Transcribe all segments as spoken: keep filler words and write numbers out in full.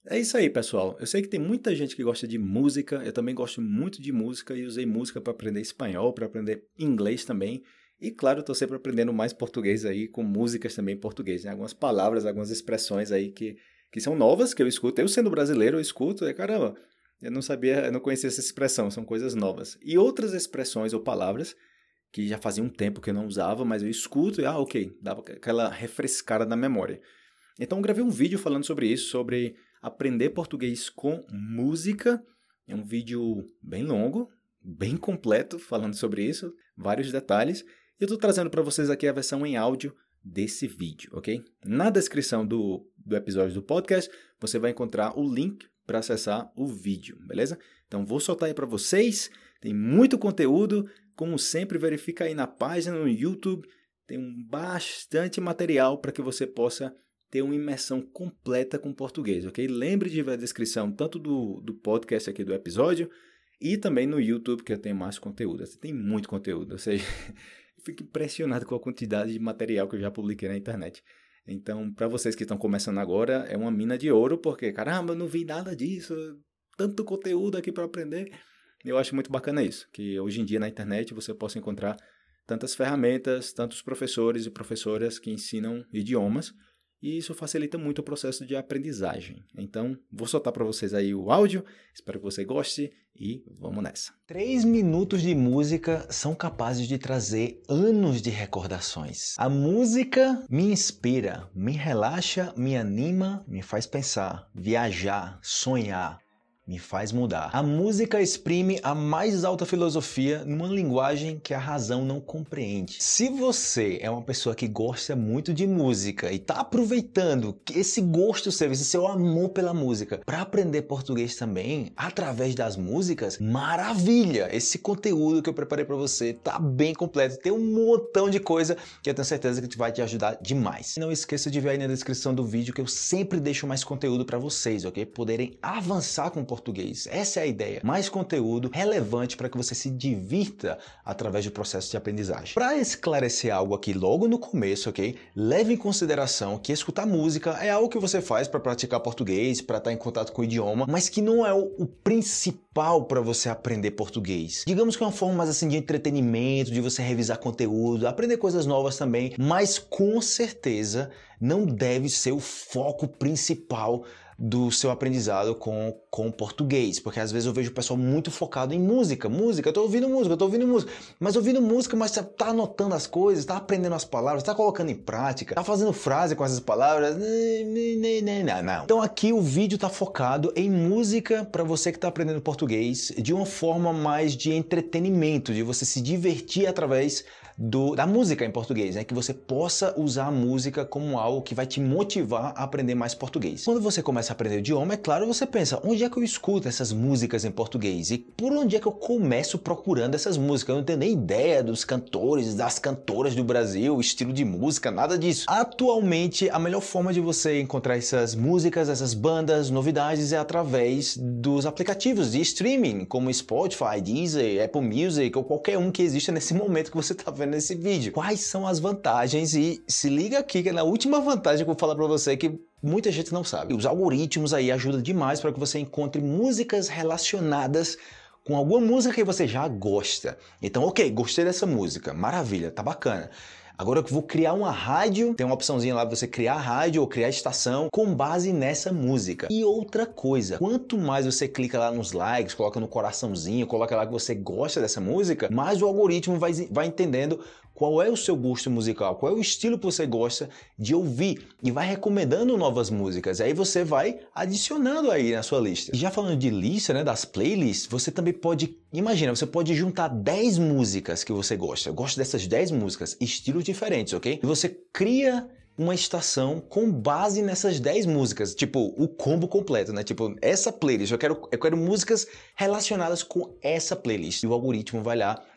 É isso aí, pessoal. Eu sei que tem muita gente que gosta de música, eu também gosto muito de música e usei música para aprender espanhol, para aprender inglês também. E claro, estou sempre aprendendo mais português aí, com músicas também em português, né? Algumas palavras, algumas expressões aí que, que são novas, que eu escuto. Eu sendo brasileiro, eu escuto, e caramba, eu não sabia, eu não conhecia essa expressão, são coisas novas. E outras expressões ou palavras que já fazia um tempo que eu não usava, mas eu escuto e, ah, ok, dava aquela refrescada na memória. Então eu gravei um vídeo falando sobre isso, sobre aprender português com música. É um vídeo bem longo, bem completo, falando sobre isso, vários detalhes. E eu estou trazendo para vocês aqui a versão em áudio desse vídeo, ok? Na descrição do, do episódio do podcast, você vai encontrar o link para acessar o vídeo, beleza? Então vou soltar aí para vocês, tem muito conteúdo, como sempre, verifica aí na página no YouTube, tem um bastante material para que você possa ter uma imersão completa com português, ok? Lembre de ver a descrição tanto do, do podcast aqui do episódio e também no YouTube, que eu tenho mais conteúdo. Tem muito conteúdo, ou seja, eu fico impressionado com a quantidade de material que eu já publiquei na internet. Então, para vocês que estão começando agora, é uma mina de ouro, porque, caramba, eu não vi nada disso, tanto conteúdo aqui para aprender. Eu acho muito bacana isso, que hoje em dia na internet você possa encontrar tantas ferramentas, tantos professores e professoras que ensinam idiomas, e isso facilita muito o processo de aprendizagem. Então, vou soltar para vocês aí o áudio, espero que você goste e vamos nessa. Três minutos de música são capazes de trazer anos de recordações. A música me inspira, me relaxa, me anima, me faz pensar, viajar, sonhar. Me faz mudar. A música exprime a mais alta filosofia numa linguagem que a razão não compreende. Se você é uma pessoa que gosta muito de música e está aproveitando esse gosto seu, esse seu amor pela música, para aprender português também, através das músicas, maravilha! Esse conteúdo que eu preparei para você tá bem completo, tem um montão de coisa que eu tenho certeza que vai te ajudar demais. Não esqueça de ver aí na descrição do vídeo que eu sempre deixo mais conteúdo para vocês, ok? Poderem avançar com o português. Essa é a ideia. Mais conteúdo relevante para que você se divirta através do processo de aprendizagem. Para esclarecer algo aqui logo no começo, ok? Leve em consideração que escutar música é algo que você faz para praticar português, para estar em contato com o idioma, mas que não é o, o principal para você aprender português. Digamos que é uma forma mais assim de entretenimento, de você revisar conteúdo, aprender coisas novas também, mas com certeza não deve ser o foco principal do seu aprendizado com, com português, porque às vezes eu vejo o pessoal muito focado em música, música, eu tô ouvindo música, eu tô ouvindo música, mas ouvindo música, mas tá anotando as coisas, tá aprendendo as palavras, tá colocando em prática, tá fazendo frase com essas palavras, não, não. Então aqui o vídeo tá focado em música para você que tá aprendendo português de uma forma mais de entretenimento, de você se divertir através Do, da música em português, né? Que você possa usar a música como algo que vai te motivar a aprender mais português. Quando você começa a aprender o idioma, é claro, você pensa, onde é que eu escuto essas músicas em português? E por onde é que eu começo procurando essas músicas? Eu não tenho nem ideia dos cantores, das cantoras do Brasil, estilo de música, nada disso. Atualmente, a melhor forma de você encontrar essas músicas, essas bandas, novidades, é através dos aplicativos de streaming, como Spotify, Deezer, Apple Music ou qualquer um que exista nesse momento que você está vendo nesse vídeo. Quais são as vantagens? E se liga aqui que é na última vantagem que eu vou falar para você que muita gente não sabe. Os algoritmos aí ajudam demais para que você encontre músicas relacionadas com alguma música que você já gosta. Então, ok, gostei dessa música, maravilha, tá bacana. Agora eu vou criar uma rádio, tem uma opçãozinha lá para você criar rádio ou criar estação com base nessa música. E outra coisa, quanto mais você clica lá nos likes, coloca no coraçãozinho, coloca lá que você gosta dessa música, mais o algoritmo vai, vai entendendo qual é o seu gosto musical, qual é o estilo que você gosta de ouvir e vai recomendando novas músicas. Aí você vai adicionando aí na sua lista. E já falando de lista, né, das playlists, você também pode, imagina, você pode juntar dez músicas que você gosta. Eu gosto dessas dez músicas, estilos diferentes, ok? E você cria uma estação com base nessas dez músicas, tipo o combo completo, né? Tipo, essa playlist, eu quero, eu quero músicas relacionadas com essa playlist. E o algoritmo vai lá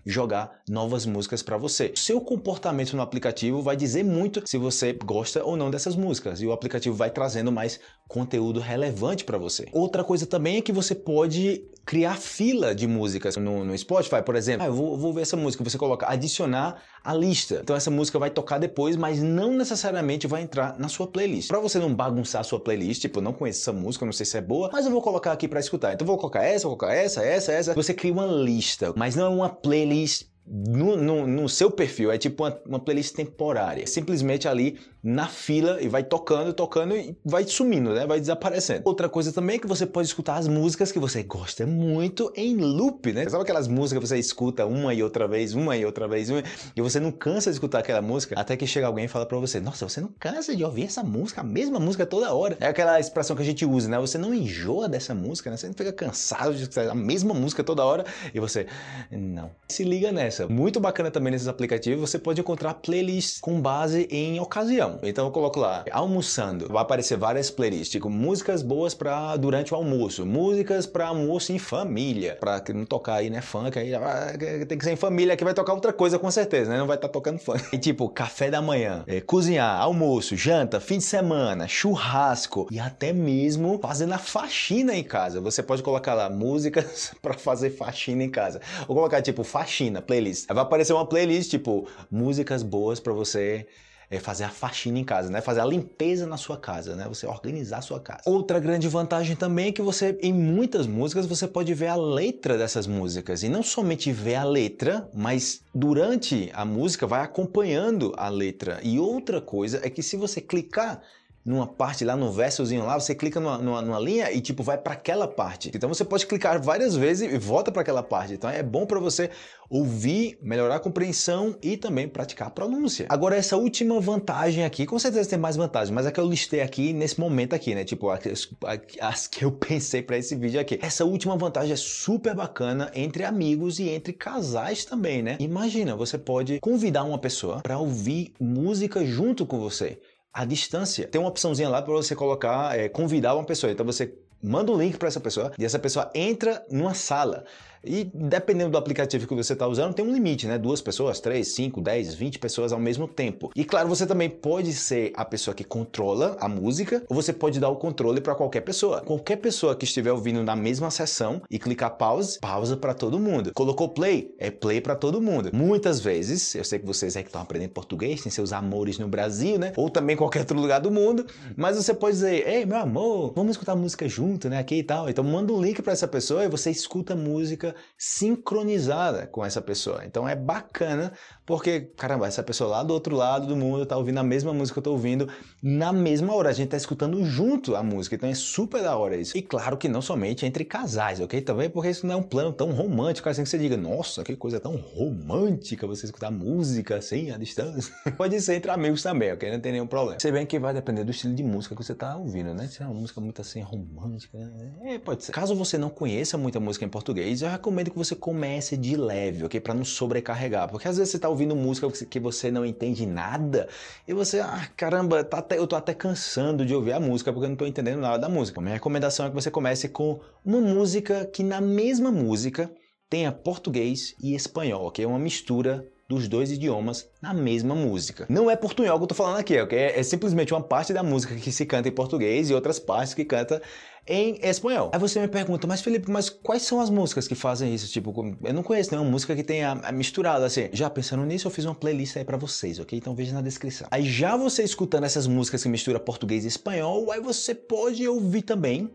jogar novas músicas para você. Seu comportamento no aplicativo vai dizer muito se você gosta ou não dessas músicas, e o aplicativo vai trazendo mais conteúdo relevante para você. Outra coisa também é que você pode criar fila de músicas no, no Spotify, por exemplo. Ah, eu vou, vou ver essa música, você coloca adicionar à lista. Então essa música vai tocar depois, mas não necessariamente vai entrar na sua playlist. Para você não bagunçar a sua playlist, tipo, eu não conheço essa música, não sei se é boa, mas eu vou colocar aqui para escutar. Então eu vou colocar essa, vou colocar essa, essa, essa. Você cria uma lista, mas não é uma playlist No, no, no seu perfil, é tipo uma, uma playlist temporária, simplesmente ali na fila e vai tocando, tocando e vai sumindo, né? Vai desaparecendo. Outra coisa também é que você pode escutar as músicas que você gosta muito em loop, né? Sabe aquelas músicas que você escuta uma e outra vez, uma e outra vez, uma, e você não cansa de escutar aquela música, até que chega alguém e fala pra você, nossa, você não cansa de ouvir essa música, a mesma música toda hora. É aquela expressão que a gente usa, né? Você não enjoa dessa música, né? Você não fica cansado de escutar a mesma música toda hora e você, não. Se liga nessa. Muito bacana também nesses aplicativos, você pode encontrar playlists com base em ocasião. Então eu coloco lá, almoçando, vai aparecer várias playlists, tipo músicas boas para durante o almoço, músicas para almoço em família, para não tocar aí, né, funk, aí tem que ser em família, que vai tocar outra coisa com certeza, né, não vai estar tá tocando funk. E tipo, café da manhã, é, cozinhar, almoço, janta, fim de semana, churrasco e até mesmo fazendo a faxina em casa. Você pode colocar lá músicas para fazer faxina em casa. Ou colocar tipo faxina, playlist. Aí vai aparecer uma playlist tipo músicas boas para você é, fazer a faxina em casa, né? Fazer a limpeza na sua casa, né? Você organizar a sua casa. Outra grande vantagem também é que você, em muitas músicas, você pode ver a letra dessas músicas. E não somente ver a letra, mas durante a música vai acompanhando a letra. E outra coisa é que se você clicar numa parte lá no versozinho lá, você clica numa, numa, numa linha e tipo vai para aquela parte. Então você pode clicar várias vezes e volta para aquela parte. Então é bom para você ouvir, melhorar a compreensão e também praticar a pronúncia. Agora essa última vantagem aqui, com certeza tem mais vantagens, mas é que eu listei aqui nesse momento aqui, né? Tipo as, as que eu pensei para esse vídeo aqui. Essa última vantagem é super bacana entre amigos e entre casais também, né? Imagina, você pode convidar uma pessoa para ouvir música junto com você à distância. Tem uma opçãozinha lá para você colocar, é, convidar uma pessoa. Então você manda um link para essa pessoa e essa pessoa entra numa sala. E dependendo do aplicativo que você está usando, tem um limite, né? Duas pessoas, três, cinco, dez, vinte pessoas ao mesmo tempo. E claro, você também pode ser a pessoa que controla a música, ou você pode dar o controle para qualquer pessoa. Qualquer pessoa que estiver ouvindo na mesma sessão e clicar pause, pausa para todo mundo. Colocou play, é play para todo mundo. Muitas vezes, eu sei que vocês aí que estão aprendendo português, têm seus amores no Brasil, né? Ou também em qualquer outro lugar do mundo, mas você pode dizer, ei, meu amor, vamos escutar música junto, né? Aqui e tal. Então manda um link para essa pessoa e você escuta a música sincronizada com essa pessoa. Então é bacana porque, caramba, essa pessoa lá do outro lado do mundo tá ouvindo a mesma música que eu tô ouvindo na mesma hora. A gente tá escutando junto a música, então é super da hora isso. E claro que não somente entre casais, ok? Também porque isso não é um plano tão romântico assim que você diga, nossa, que coisa tão romântica você escutar música assim à distância. Pode ser entre amigos também, ok? Não tem nenhum problema. Se bem que vai depender do estilo de música que você tá ouvindo, né? Se é uma música muito assim romântica, é, pode ser. Caso você não conheça muita música em português, eu recomendo que você comece de leve, ok? Para não sobrecarregar, porque às vezes você tá ouvindo música que você não entende nada e você, ah, caramba, tá até, eu tô até cansando de ouvir a música porque eu não tô entendendo nada da música. A minha recomendação é que você comece com uma música que na mesma música tenha português e espanhol, ok? Uma mistura dos dois idiomas na mesma música. Não é portunhol que eu tô falando aqui, ok? É simplesmente uma parte da música que se canta em português e outras partes que canta em espanhol. Aí você me pergunta, mas Felipe, mas quais são as músicas que fazem isso? Tipo, eu não conheço nenhuma música que tenha misturado assim. Já pensando nisso, eu fiz uma playlist aí pra vocês, ok? Então veja na descrição. Aí já você escutando essas músicas que misturam português e espanhol, aí você pode ouvir também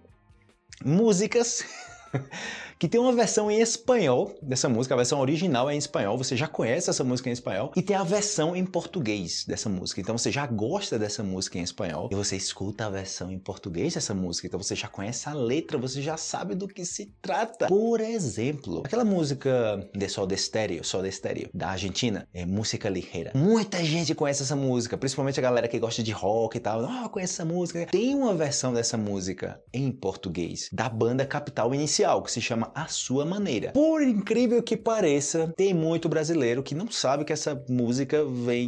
músicas que tem uma versão em espanhol dessa música, a versão original é em espanhol, você já conhece essa música em espanhol, e tem a versão em português dessa música, então você já gosta dessa música em espanhol, e você escuta a versão em português dessa música, então você já conhece a letra, você já sabe do que se trata. Por exemplo, aquela música de Soda Stereo, Soda Stereo, da Argentina, é Música Ligera. Muita gente conhece essa música, principalmente a galera que gosta de rock e tal, ah, oh, conhece essa música. Tem uma versão dessa música em português, da banda Capital Inicial, que se chama A Sua Maneira. Por incrível que pareça, tem muito brasileiro que não sabe que essa música vem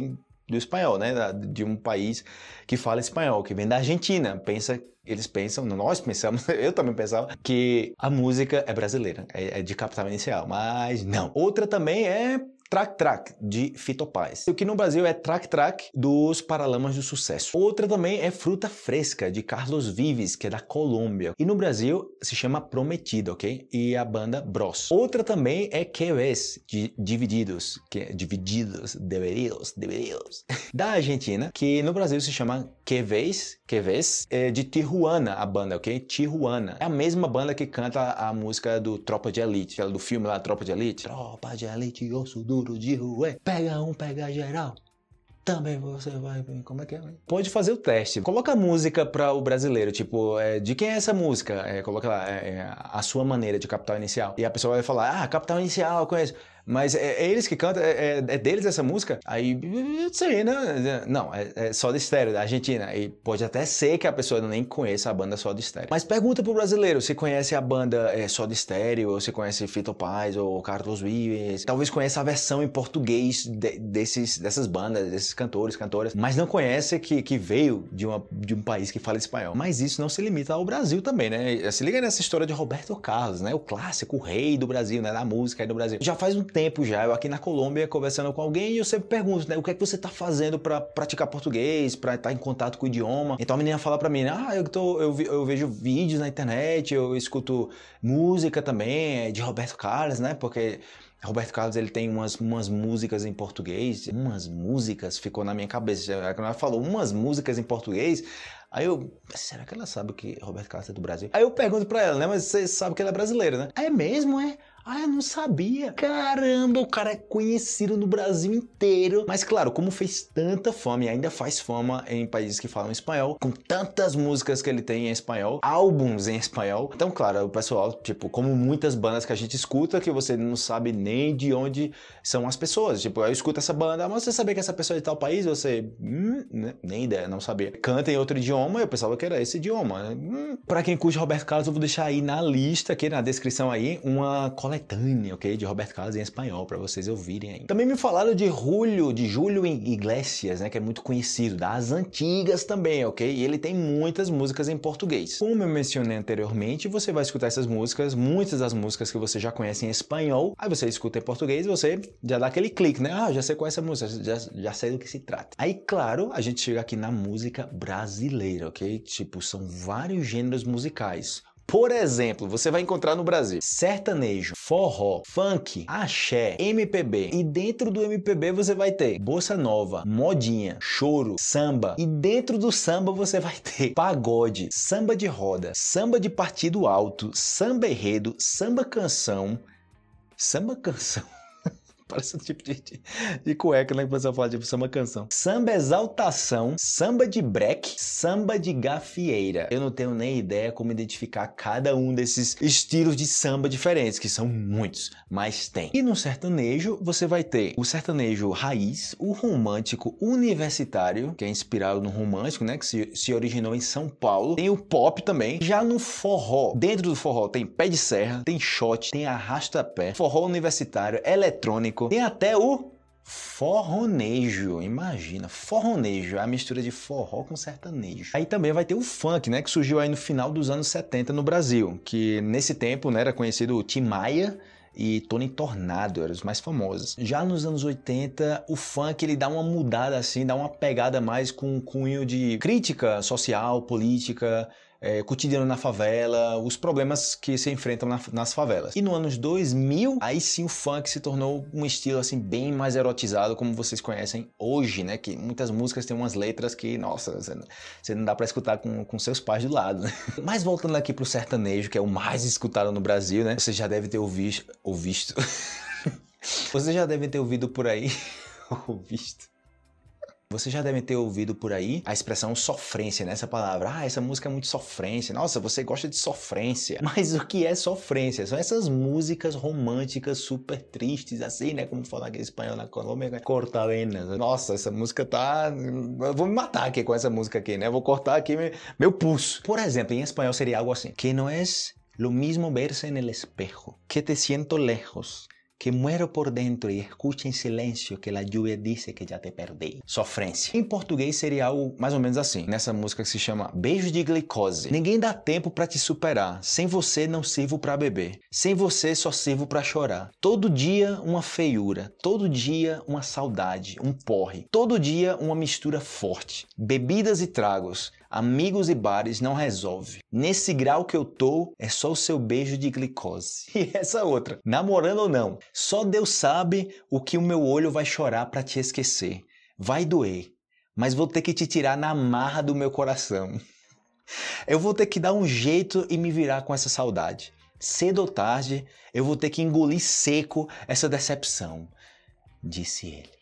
do espanhol, né? De um país que fala espanhol, que vem da Argentina. Pensa, eles pensam, nós pensamos, eu também pensava, que a música é brasileira, é, é de Capital Inicial, mas não. Outra também é Track Track, de Fito Paz. O que no Brasil é Track Track, dos Paralamas do Sucesso. Outra também é Fruta Fresca, de Carlos Vives, que é da Colômbia. E no Brasil se chama Prometida, ok? E a banda Bros. Outra também é Que Ves, de Divididos, que é Divididos, Deveridos, Deveridos, da Argentina, que no Brasil se chama Que Ves, Que Ves, é de Tijuana, a banda, ok? Tijuana. É a mesma banda que canta a música do Tropa de Elite, aquela do filme lá, Tropa de Elite. Tropa de Elite, osso duro de rua, pega um, pega geral. Também você vai... Como é que é? Pode fazer o teste. Coloca a música para o brasileiro, tipo, é, de quem é essa música? É, coloca lá, é, a sua maneira de Capital Inicial. E a pessoa vai falar, ah, Capital Inicial, eu conheço. Mas é, é eles que cantam, é, é deles essa música? Aí, eu sei, né? Não, é, é Soda Stereo, da Argentina. E pode até ser que a pessoa nem conheça a banda Soda Stereo. Mas pergunta pro brasileiro se conhece a banda é, Soda Stereo, ou se conhece Fito Paz, ou Carlos Vives. Talvez conheça a versão em português de, desses, dessas bandas, desses cantores, cantoras. Mas não conhece que, que veio de, uma, de um país que fala espanhol. Mas isso não se limita ao Brasil também, né? Se liga nessa história de Roberto Carlos, né? O clássico, o rei do Brasil, né? Da música aí do Brasil. Já faz um tempo já, eu aqui na Colômbia conversando com alguém e eu sempre pergunto, né, o que é que você tá fazendo para praticar português, para estar em contato com o idioma. Então a menina fala para mim, ah, eu, tô, eu, eu vejo vídeos na internet, eu escuto música também de Roberto Carlos, né, porque Roberto Carlos, ele tem umas, umas músicas em português, umas músicas, ficou na minha cabeça, ela falou umas músicas em português. Aí eu, será que ela sabe que Roberto Carlos é do Brasil? Aí eu pergunto pra ela, né, mas você sabe que ela é brasileira, né? É mesmo, é? Ah, eu não sabia. Caramba, o cara é conhecido no Brasil inteiro. Mas claro, como fez tanta fama e ainda faz fama em países que falam espanhol, com tantas músicas que ele tem em espanhol, álbuns em espanhol. Então, claro, o pessoal, tipo, como muitas bandas que a gente escuta, que você não sabe nem de onde são as pessoas. Tipo, eu escuto essa banda, mas você sabia que essa pessoa é de tal país? Você, hum, nem ideia, não sabia. Canta em outro idioma, eu pensava que era esse idioma. Hum. Pra quem curte Roberto Carlos, eu vou deixar aí na lista, aqui na descrição aí, uma coletânea, ok, de Roberto Carlos em espanhol, para vocês ouvirem aí. Também me falaram de Julio, de Julio Iglesias, né, que é muito conhecido, das antigas também, ok? E ele tem muitas músicas em português. Como eu mencionei anteriormente, você vai escutar essas músicas, muitas das músicas que você já conhece em espanhol, aí você escuta em português e você já dá aquele clique, né? Ah, já sei qual é essa música, já, já sei do que se trata. Aí, claro, a gente chega aqui na música brasileira, ok? Tipo, são vários gêneros musicais. Por exemplo, você vai encontrar no Brasil sertanejo, forró, funk, axé, M P B. E dentro do M P B você vai ter bossa nova, modinha, choro, samba. E dentro do samba você vai ter pagode, samba de roda, samba de partido alto, samba enredo, samba canção, samba canção. Parece um tipo de, de, de cueca, né? Que o pessoal fala, tipo, samba canção. Samba exaltação, samba de break, samba de gafieira. Eu não tenho nem ideia como identificar cada um desses estilos de samba diferentes, que são muitos, mas tem. E no sertanejo, você vai ter o sertanejo raiz, o romântico universitário, que é inspirado no romântico, né? Que se, se originou em São Paulo. Tem o pop também. Já no forró, dentro do forró tem pé de serra, tem shot, tem arrasta-pé, forró universitário, eletrônico. Tem até o forronejo, imagina, forronejo, a mistura de forró com sertanejo. Aí também vai ter o funk, né, que surgiu aí no final dos anos setenta no Brasil, que nesse tempo, né, era conhecido o Tim Maia e Tony Tornado, eram os mais famosos. Já nos anos oitenta, o funk ele dá uma mudada assim, dá uma pegada mais com um cunho de crítica social, política, É, cotidiano na favela, os problemas que se enfrentam na, nas favelas. E no anos dois mil, aí sim o funk se tornou um estilo assim bem mais erotizado, como vocês conhecem hoje, né? Que muitas músicas têm umas letras que, nossa, você não, você não dá pra escutar com, com seus pais do lado, né? Mas voltando aqui pro sertanejo, que é o mais escutado no Brasil, né? Você já deve ter ouvido... ouvido... Você já deve ter ouvido por aí... ouvido... Você já deve ter ouvido por aí a expressão sofrência, né? Essa palavra. Ah, essa música é muito sofrência. Nossa, você gosta de sofrência. Mas o que é sofrência? São essas músicas românticas super tristes, assim, né? Como falar aqui em espanhol na Colômbia. Cortavenas. Nossa, essa música tá... Eu vou me matar aqui com essa música aqui, né? Eu vou cortar aqui meu pulso. Por exemplo, em espanhol seria algo assim. Que no es lo mismo verse en el espejo. Que te siento lejos. que muero por dentro e escucha em silêncio que a lluvia disse que já te perdi. Sofrência. Em português seria algo mais ou menos assim, nessa música que se chama Beijo de Glicose. Ninguém dá tempo pra te superar, sem você não sirvo pra beber, sem você só sirvo pra chorar. Todo dia uma feiura, todo dia uma saudade, um porre, todo dia uma mistura forte. Bebidas e tragos, amigos e bares não resolve. Nesse grau que eu tô, é só o seu beijo de glicose. E essa outra, namorando ou não, só Deus sabe o que o meu olho vai chorar pra te esquecer. Vai doer, mas vou ter que te tirar na marra do meu coração. Eu vou ter que dar um jeito e me virar com essa saudade. Cedo ou tarde, eu vou ter que engolir seco essa decepção, disse ele.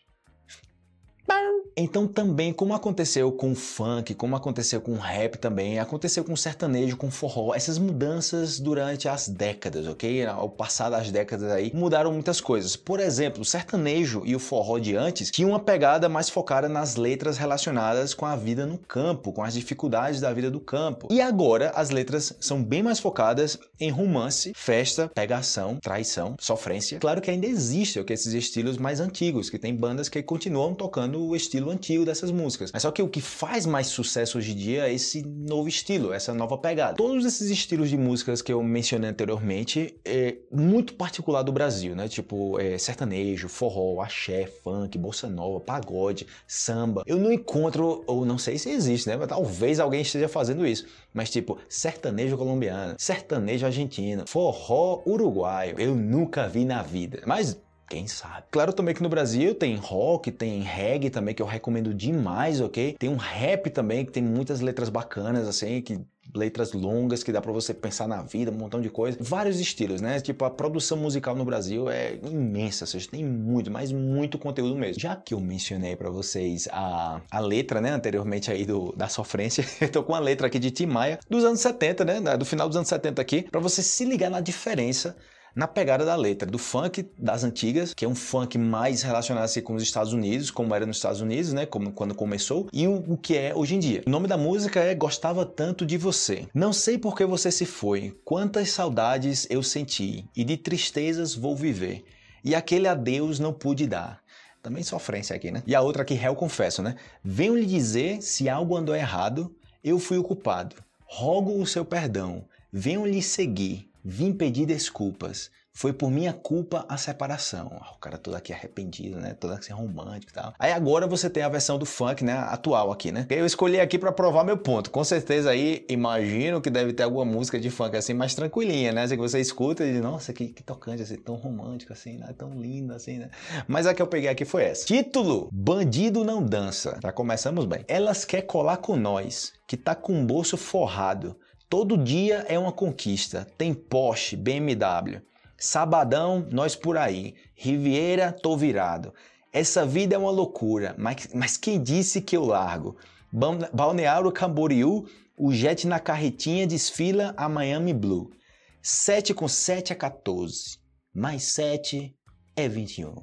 Então também, como aconteceu com o funk, como aconteceu com o rap também, aconteceu com o sertanejo, com o forró, essas mudanças durante as décadas, ok? Ao passar das décadas aí, mudaram muitas coisas. Por exemplo, o sertanejo e o forró de antes tinham uma pegada mais focada nas letras relacionadas com a vida no campo, com as dificuldades da vida do campo. E agora as letras são bem mais focadas em romance, festa, pegação, traição, sofrência. Claro que ainda existe, ok? Esses estilos mais antigos, que tem bandas que continuam tocando o estilo antigo dessas músicas. Mas só que o que faz mais sucesso hoje em dia é esse novo estilo, essa nova pegada. Todos esses estilos de músicas que eu mencionei anteriormente é muito particular do Brasil, né? Tipo é, sertanejo, forró, axé, funk, bossa nova, pagode, samba. Eu não encontro, ou não sei se existe, né? Mas talvez alguém esteja fazendo isso. Mas tipo, sertanejo colombiano, sertanejo argentino, forró uruguaio. Eu nunca vi na vida. Mas quem sabe? Claro também que no Brasil tem rock, tem reggae também, que eu recomendo demais, ok? Tem um rap também, que tem muitas letras bacanas, assim, que letras longas, que dá pra você pensar na vida, um montão de coisa. Vários estilos, né? Tipo, a produção musical no Brasil é imensa, ou seja, tem muito, mas muito conteúdo mesmo. Já que eu mencionei pra vocês a, a letra, né, anteriormente aí do, da sofrência, eu tô com a letra aqui de Tim Maia, dos anos setenta, né, do final dos anos setenta aqui, pra você se ligar na diferença na pegada da letra, do funk das antigas, que é um funk mais relacionado assim, com os Estados Unidos, como era nos Estados Unidos, né, como quando começou, e o, o que é hoje em dia. O nome da música é Gostava Tanto de Você. Não sei por que você se foi, quantas saudades eu senti, e de tristezas vou viver, e aquele adeus não pude dar. Também sofrência aqui, né? E a outra aqui, réu confesso, né? Venho lhe dizer se algo andou errado, eu fui o culpado. Rogo o seu perdão, venho lhe seguir, vim pedir desculpas. Foi por minha culpa a separação. O cara todo aqui arrependido, né? Todo assim romântico e tal. Aí agora você tem a versão do funk, né? Atual aqui, né? Eu escolhi aqui pra provar meu ponto. Com certeza aí, imagino que deve ter alguma música de funk assim mais tranquilinha, né? Assim que você escuta e diz, nossa, que, que tocante, assim, tão romântico assim, né? Tão lindo assim, né? Mas a que eu peguei aqui foi essa. Título, Bandido Não Dança. Já começamos bem. Elas quer colar com nós, que tá com o bolso forrado. Todo dia é uma conquista, tem Porsche, B M W. Sabadão, nós por aí. Riviera, tô virado. Essa vida é uma loucura, mas, mas quem disse que eu largo? Balneário Camboriú, o jet na carretinha desfila a Miami Blue. sete com sete é quatorze, mais sete é vinte e um.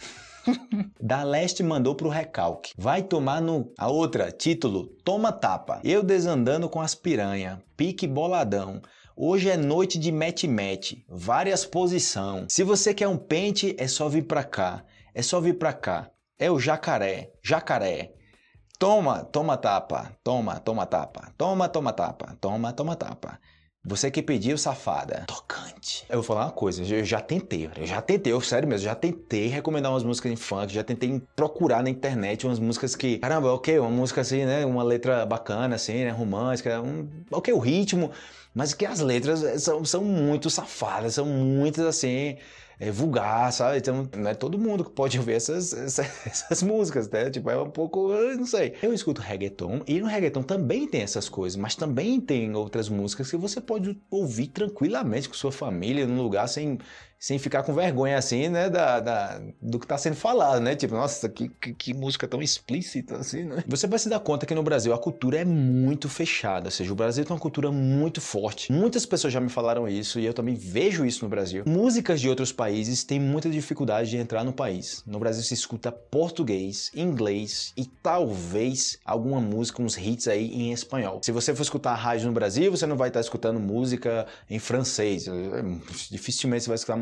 Da Leste mandou pro recalque. Vai tomar no... A outra, título, Toma Tapa. Eu desandando com as piranha. Pique boladão. Hoje é noite de mete-mete. Várias posição. Se você quer um pente, é só vir pra cá. É só vir pra cá. É o jacaré. Jacaré. Toma, toma tapa. Toma, toma tapa. Toma, toma tapa. Toma, toma tapa. Você que pediu, safada. Tocante. Eu vou falar uma coisa, eu já tentei, eu já tentei, eu, sério mesmo, já tentei recomendar umas músicas em funk, já tentei procurar na internet umas músicas que, caramba, ok, uma música assim, né, uma letra bacana, assim, né, romântica, um, ok, o ritmo, mas que as letras são, são muito safadas, são muitas, assim, é, vulgar, sabe? Então, não é todo mundo que pode ouvir essas, essas, essas músicas, né? Tipo, é um pouco, não sei. Eu escuto reggaeton e no reggaeton também tem essas coisas, mas também tem outras músicas que você pode ouvir tranquilamente com sua família, num lugar sem, sem ficar com vergonha, assim, né? Da, da, do que tá sendo falado, né? Tipo, nossa, que, que, que música tão explícita, assim, né? Você vai se dar conta que no Brasil a cultura é muito fechada, ou seja, o Brasil tem uma cultura muito forte. Muitas pessoas já me falaram isso e eu também vejo isso no Brasil. Músicas de outros países países têm muita dificuldade de entrar no país. No Brasil se escuta português, inglês e talvez alguma música, uns hits aí em espanhol. Se você for escutar rádio no Brasil, você não vai estar escutando música em francês. Dificilmente você vai escutar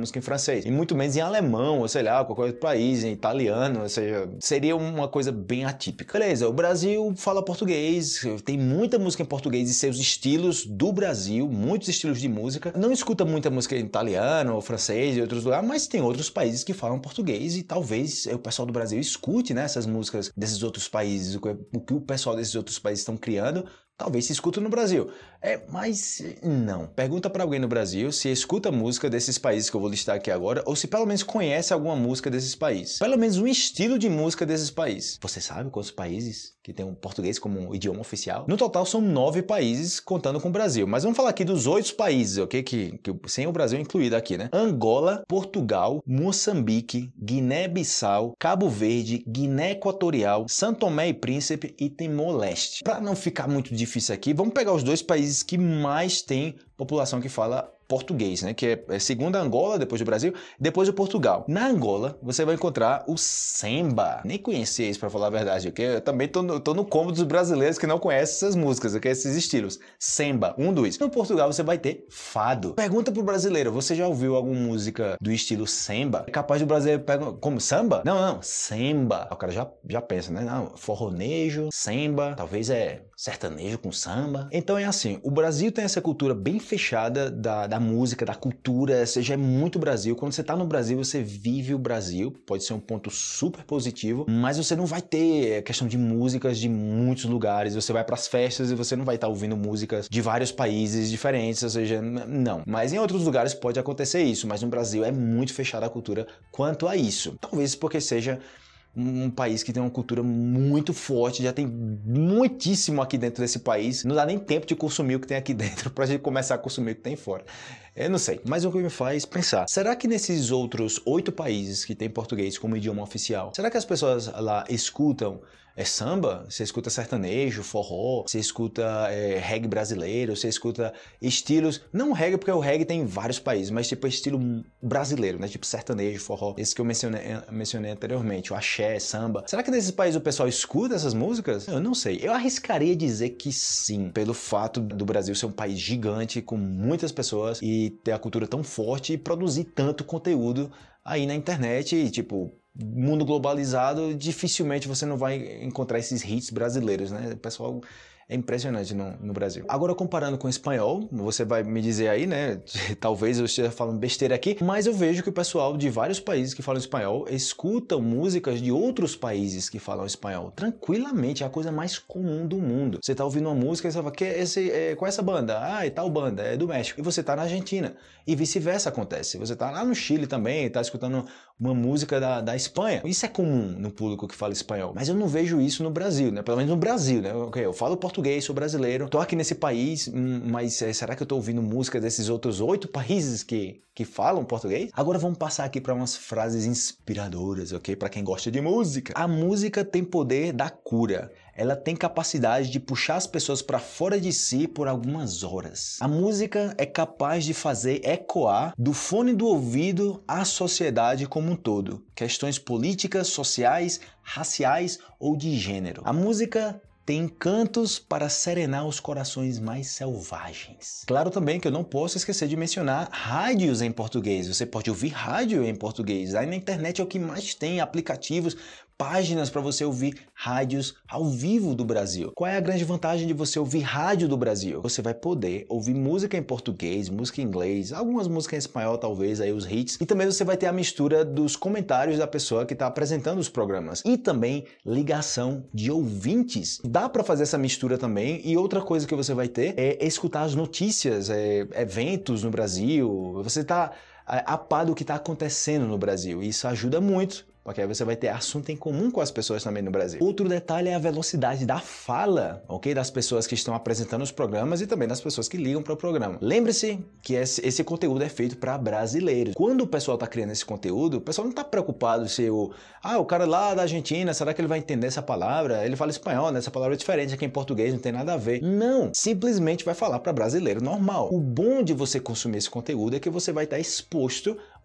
música em francês. E muito menos em alemão, ou sei lá, qualquer outro país, em italiano, ou seja, seria uma coisa bem atípica. Beleza, o Brasil fala português, tem muita música em português e seus estilos do Brasil, muitos estilos de música. Não escuta muita música em italiano ou francês e outros lugares, mas tem outros países que falam português e talvez o pessoal do Brasil escute, né, essas músicas desses outros países, o que o pessoal desses outros países estão criando. Talvez se escuta no Brasil. É, mas não. Pergunta para alguém no Brasil se escuta música desses países que eu vou listar aqui agora, ou se pelo menos conhece alguma música desses países. Pelo menos um estilo de música desses países. Você sabe quantos países que tem o português como idioma oficial? No total são nove países, contando com o Brasil. Mas vamos falar aqui dos oito países, ok? Que, que, sem o Brasil incluído aqui, né? Angola, Portugal, Moçambique, Guiné-Bissau, Cabo Verde, Guiné Equatorial, São Tomé e Príncipe e Timor-Leste. Para não ficar muito difícil difícil aqui, vamos pegar os dois países que mais tem população que fala português, né? Que é, é segundo a Angola, depois do Brasil, depois o Portugal. Na Angola, você vai encontrar o samba. Nem conhecia isso, pra falar a verdade, ok? Eu também tô no, tô no combo dos brasileiros que não conhecem essas músicas, ok? Esses estilos. Samba, um dos. No Portugal, você vai ter fado. Pergunta pro brasileiro, você já ouviu alguma música do estilo samba? É capaz do brasileiro pegar como samba? Não, não, samba. O cara já, já pensa, né? Não, forronejo, samba, talvez é sertanejo com samba. Então é assim, o Brasil tem essa cultura bem fechada da, da música, da cultura, seja é muito Brasil. Quando você tá no Brasil, você vive o Brasil, pode ser um ponto super positivo, mas você não vai ter questão de músicas de muitos lugares, você vai pras festas e você não vai estar tá ouvindo músicas de vários países diferentes, ou seja, não. Mas em outros lugares pode acontecer isso, mas no Brasil é muito fechada a cultura quanto a isso. Talvez porque seja um país que tem uma cultura muito forte, já tem muitíssimo aqui dentro desse país, não dá nem tempo de consumir o que tem aqui dentro pra gente começar a consumir o que tem fora. Eu não sei, mas o que me faz pensar, será que nesses outros oito países que tem português como idioma oficial, será que as pessoas lá escutam é samba? Você escuta sertanejo, forró, você escuta é, reggae brasileiro, você escuta estilos, não reggae porque o reggae tem em vários países, mas tipo estilo brasileiro, né? Tipo sertanejo, forró, esse que eu mencionei, mencionei anteriormente, o axé, samba. Será que nesses países o pessoal escuta essas músicas? Eu não sei. Eu arriscaria dizer que sim, pelo fato do Brasil ser um país gigante, com muitas pessoas e ter a cultura tão forte e produzir tanto conteúdo aí na internet e tipo, mundo globalizado, dificilmente você não vai encontrar esses hits brasileiros, né? O pessoal é impressionante no, no Brasil. Agora, comparando com o espanhol, você vai me dizer aí, né? Talvez eu esteja falando besteira aqui, mas eu vejo que o pessoal de vários países que falam espanhol escutam músicas de outros países que falam espanhol. Tranquilamente, é a coisa mais comum do mundo. Você tá ouvindo uma música e você fala, que esse, é, qual é essa banda? Ah, é tal banda, é do México. E você tá na Argentina. E vice-versa acontece. Você tá lá no Chile também, tá escutando uma música da, da Espanha. Isso é comum no público que fala espanhol. Mas eu não vejo isso no Brasil, né? Pelo menos no Brasil, né? Eu falo português, sou brasileiro, tô aqui nesse país, mas é, será que eu tô ouvindo música desses outros oito países que, que falam português? Agora vamos passar aqui para umas frases inspiradoras, ok? Para quem gosta de música. A música tem poder da cura. Ela tem capacidade de puxar as pessoas para fora de si por algumas horas. A música é capaz de fazer ecoar do fone do ouvido à sociedade como um todo. Questões políticas, sociais, raciais ou de gênero. A música tem encantos para serenar os corações mais selvagens. Claro também que eu não posso esquecer de mencionar rádios em português. Você pode ouvir rádio em português. Aí na internet é o que mais tem, aplicativos, páginas para você ouvir rádios ao vivo do Brasil. Qual é a grande vantagem de você ouvir rádio do Brasil? Você vai poder ouvir música em português, música em inglês, algumas músicas em espanhol talvez, aí os hits, e também você vai ter a mistura dos comentários da pessoa que está apresentando os programas e também ligação de ouvintes. Dá para fazer essa mistura também, e outra coisa que você vai ter é escutar as notícias, é, eventos no Brasil, você está a par do que está acontecendo no Brasil, e isso ajuda muito, porque aí você vai ter assunto em comum com as pessoas também no Brasil. Outro detalhe é a velocidade da fala, ok? Das pessoas que estão apresentando os programas e também das pessoas que ligam para o programa. Lembre-se que esse, esse conteúdo é feito para brasileiros. Quando o pessoal está criando esse conteúdo, o pessoal não está preocupado se o... Ah, o cara lá da Argentina, será que ele vai entender essa palavra? Ele fala espanhol, né? Essa palavra é diferente aqui em português, não tem nada a ver. Não, simplesmente vai falar para brasileiro normal. O bom de você consumir esse conteúdo é que você vai estar exposto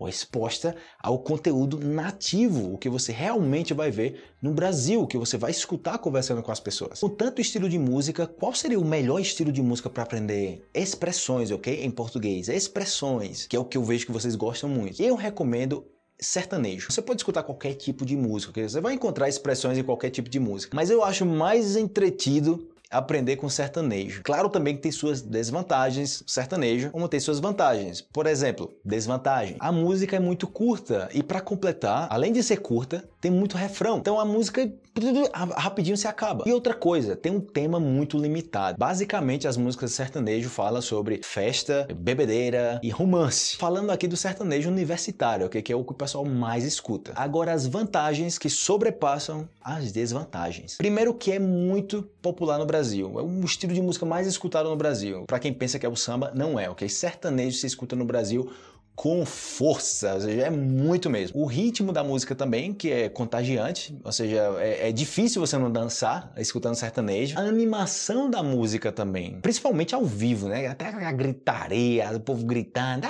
ou exposta ao conteúdo nativo, o que você realmente vai ver no Brasil, o que você vai escutar conversando com as pessoas. Com tanto estilo de música, qual seria o melhor estilo de música para aprender expressões, ok? Em português, expressões, que é o que eu vejo que vocês gostam muito. Eu recomendo sertanejo. Você pode escutar qualquer tipo de música, okay? Você vai encontrar expressões em qualquer tipo de música, mas eu acho mais entretido aprender com sertanejo. Claro também que tem suas desvantagens, sertanejo, como tem suas vantagens. Por exemplo, desvantagem. A música é muito curta e para completar, além de ser curta, tem muito refrão. Então a música rapidinho se acaba. E outra coisa, tem um tema muito limitado. Basicamente as músicas de sertanejo falam sobre festa, bebedeira e romance. Falando aqui do sertanejo universitário, okay? Que é o que o pessoal mais escuta. Agora as vantagens que sobrepassam as desvantagens. Primeiro que é muito popular no Brasil. É um estilo de música mais escutado no Brasil. Para quem pensa que é o samba, não é, ok? Sertanejo se escuta no Brasil com força, ou seja, é muito mesmo. O ritmo da música também, que é contagiante, ou seja, é, é difícil você não dançar escutando sertanejo. A animação da música também, principalmente ao vivo, né? Até a gritaria, o povo gritando,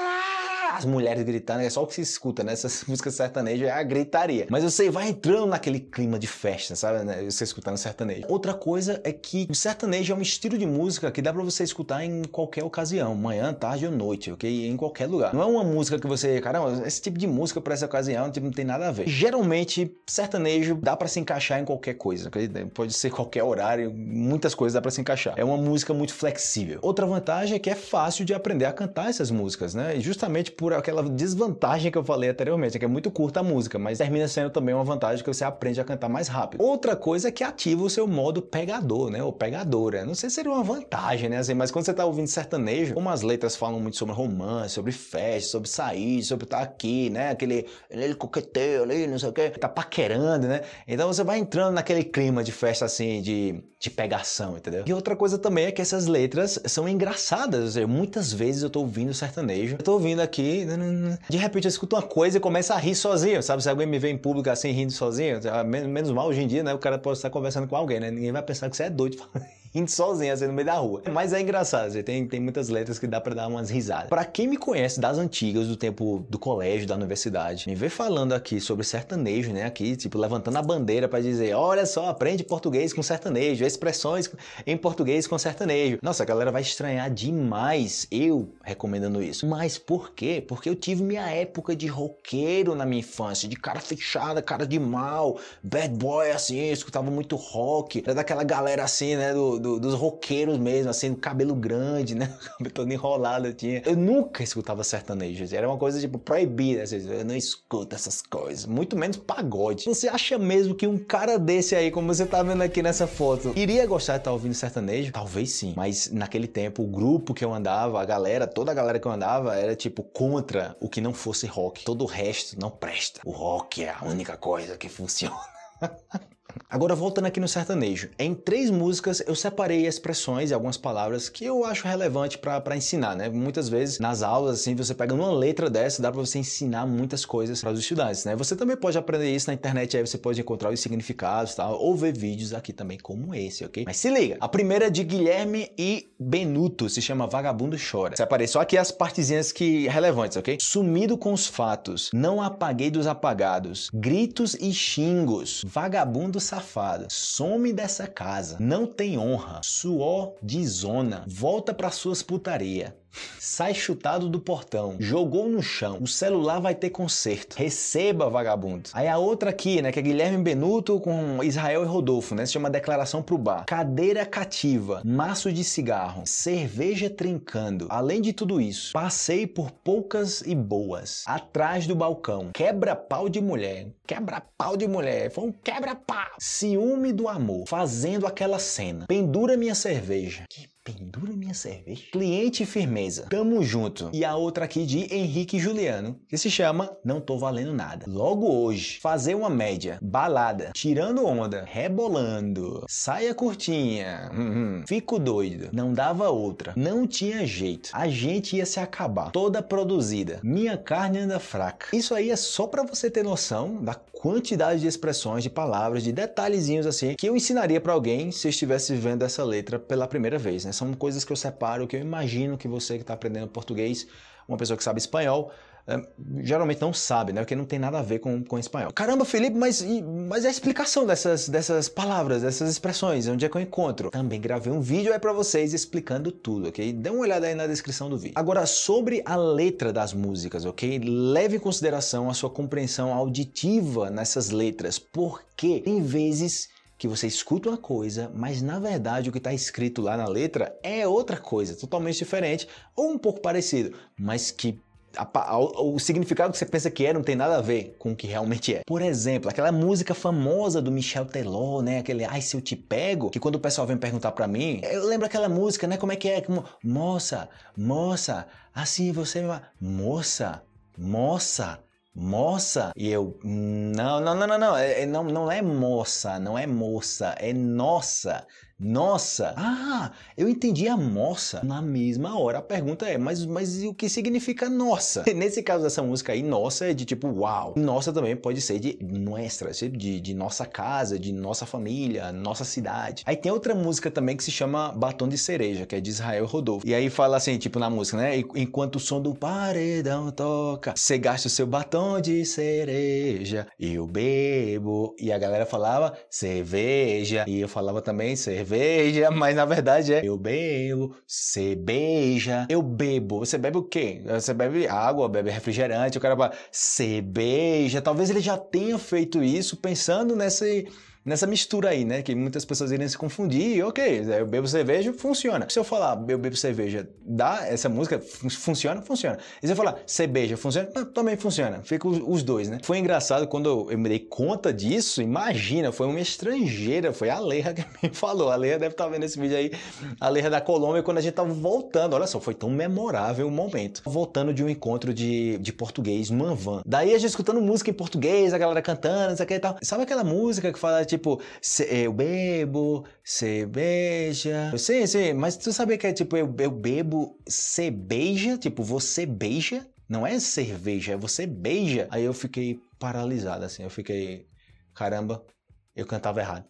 as mulheres gritando, é só o que se escuta nessas músicas sertanejas, é a gritaria. Mas você vai entrando naquele clima de festa, sabe, né? Você escutando sertanejo. Outra coisa é que o sertanejo é um estilo de música que dá pra você escutar em qualquer ocasião, manhã, tarde ou noite, ok? Em qualquer lugar. Não é uma música que você, caramba, esse tipo de música pra essa ocasião tipo, não tem nada a ver. Geralmente, sertanejo dá pra se encaixar em qualquer coisa, ok? Pode ser qualquer horário, muitas coisas dá pra se encaixar. É uma música muito flexível. Outra vantagem é que é fácil de aprender a cantar essas músicas, né? E justamente por aquela desvantagem que eu falei anteriormente, é que é muito curta a música, mas termina sendo também uma vantagem que você aprende a cantar mais rápido. Outra coisa é que ativa o seu modo pegador, né? Ou pegadora. Não sei se seria uma vantagem, né? Assim, mas quando você tá ouvindo sertanejo, como as letras falam muito sobre romance, sobre festa, sobre sair, sobre estar aqui, né? Aquele, aquele coqueteio ali, não sei o quê, tá paquerando, né? Então você vai entrando naquele clima de festa assim, de, de pegação, entendeu? E outra coisa também é que essas letras são engraçadas. Ou seja, muitas vezes eu tô ouvindo sertanejo, eu tô ouvindo aqui, de repente eu escuto uma coisa e começo a rir sozinho, sabe? Se alguém me vê em público assim, rindo sozinho, menos mal hoje em dia, né? O cara pode estar conversando com alguém, né? Ninguém vai pensar que você é doido rindo sozinho, assim, no meio da rua. Mas é engraçado, assim, tem, tem muitas letras que dá pra dar umas risadas. Pra quem me conhece das antigas, do tempo do colégio, da universidade, me vê falando aqui sobre sertanejo, né? Aqui, tipo, levantando a bandeira pra dizer, olha só, aprende português com sertanejo, expressões em português com sertanejo. Nossa, a galera vai estranhar demais eu recomendando isso. Mas por quê? Porque eu tive minha época de roqueiro na minha infância, de cara fechada, cara de mal, bad boy, assim, eu escutava muito rock, era daquela galera assim, né, do, do, dos roqueiros mesmo, assim, cabelo grande, né, cabelo todo enrolado eu tinha. Eu nunca escutava sertanejo, era uma coisa, tipo, proibida, assim, eu não escuto essas coisas, muito menos pagode. Você acha mesmo que um cara desse aí, como você tá vendo aqui nessa foto, iria gostar de estar ouvindo sertanejo? Talvez sim, mas naquele tempo, o grupo que eu andava, a galera, toda a galera que eu andava, era, tipo, contra o que não fosse rock. Todo o resto não presta. O rock é a única coisa que funciona. Agora voltando aqui no sertanejo, em três músicas eu separei expressões e algumas palavras que eu acho relevante para ensinar, né? Muitas vezes nas aulas, assim, você pega uma letra dessa, dá para você ensinar muitas coisas para os estudantes, né? Você também pode aprender isso na internet, aí você pode encontrar os significados, tá? Ou ver vídeos aqui também como esse, ok? Mas se liga, a primeira é de Guilherme e Benuto, se chama Vagabundo Chora. Separei só aqui as partezinhas que relevantes, ok? Sumido com os fatos, não apaguei dos apagados, gritos e xingos, vagabundo safado, some dessa casa, não tem honra, suor de zona, volta pra suas putaria. Sai chutado do portão, jogou no chão, o celular vai ter conserto, receba vagabundo. Aí a outra aqui, né, que é Guilherme Benuto com Israel e Rodolfo, né, se chama Declaração pro Bar. Cadeira cativa, maço de cigarro, cerveja trincando. Além de tudo isso, passei por poucas e boas, atrás do balcão, quebra-pau de mulher, quebra-pau de mulher, foi um quebra-pau. Ciúme do amor, fazendo aquela cena, pendura minha cerveja. Que pendura minha cerveja? Cliente e firmeza, tamo junto. E a outra aqui de Henrique e Juliano, que se chama Não Tô Valendo Nada. Logo hoje, fazer uma média, balada, tirando onda, rebolando, saia curtinha, uhum. Fico doido, não dava outra, não tinha jeito, a gente ia se acabar, toda produzida, minha carne anda fraca. Isso aí é só pra você ter noção da quantidade de expressões, de palavras, de detalhezinhos assim, que eu ensinaria pra alguém se eu estivesse vendo essa letra pela primeira vez, né? São coisas que eu separo, que eu imagino que você que está aprendendo português, uma pessoa que sabe espanhol, é, geralmente não sabe, né? Porque não tem nada a ver com, com espanhol. Caramba, Felipe, mas, mas a explicação dessas, dessas palavras, dessas expressões, onde é que eu encontro? Também gravei um vídeo aí pra vocês explicando tudo, ok? Dê uma olhada aí na descrição do vídeo. Agora, sobre a letra das músicas, ok? Leve em consideração a sua compreensão auditiva nessas letras, porque tem vezes que você escuta uma coisa, mas na verdade o que está escrito lá na letra é outra coisa, totalmente diferente ou um pouco parecido, mas que a, a, o significado que você pensa que é não tem nada a ver com o que realmente é. Por exemplo, aquela música famosa do Michel Teló, né? Aquele Ai Se Eu Te Pego, que quando o pessoal vem perguntar pra mim, eu lembro aquela música, né? Como é que é? Como, moça, moça, assim você... Moça, moça... Moça, e eu, não, não, não, não, não, é, não, não é moça, não é moça, é nossa, nossa. Ah, eu entendi a moça na mesma hora. A pergunta é, mas, mas o que significa nossa? Nesse caso dessa música aí, nossa é de tipo uau. Nossa também pode ser de nuestra, de, de nossa casa, de nossa família, nossa cidade. Aí tem outra música também que se chama Batom de Cereja, que é de Israel Rodolfo. E aí fala assim, tipo na música, né? Enquanto o som do paredão toca, você gasta o seu batom de cereja, eu bebo. E a galera falava cerveja, e eu falava também cerveja. Cerveja, mas na verdade é eu bebo, você beija, eu bebo. Você bebe o quê? Você bebe água, bebe refrigerante, o cara fala, você beija. Talvez ele já tenha feito isso pensando nessa, nessa mistura aí, né? Que muitas pessoas irem se confundir e ok, eu bebo cerveja, funciona. Se eu falar eu bebo cerveja, dá essa música, funciona? Funciona. E se eu falar você beija, funciona? Também funciona. Fica os dois, né? Foi engraçado quando eu me dei conta disso, imagina, foi uma estrangeira, foi a Leia que me falou. A Leia deve estar vendo esse vídeo aí, a Leia da Colômbia, quando a gente tava voltando, olha só, foi tão memorável o momento. Voltando de um encontro de, de português numa van. Daí a gente escutando música em português, a galera cantando, isso aqui e tal. Sabe aquela música que fala tipo, eu bebo, você beija. Sim, sim, mas tu sabia que é tipo, eu, eu bebo, você beija? Tipo, você beija? Não é cerveja, é você beija. Aí eu fiquei paralisado, assim, eu fiquei, caramba, eu cantava errado.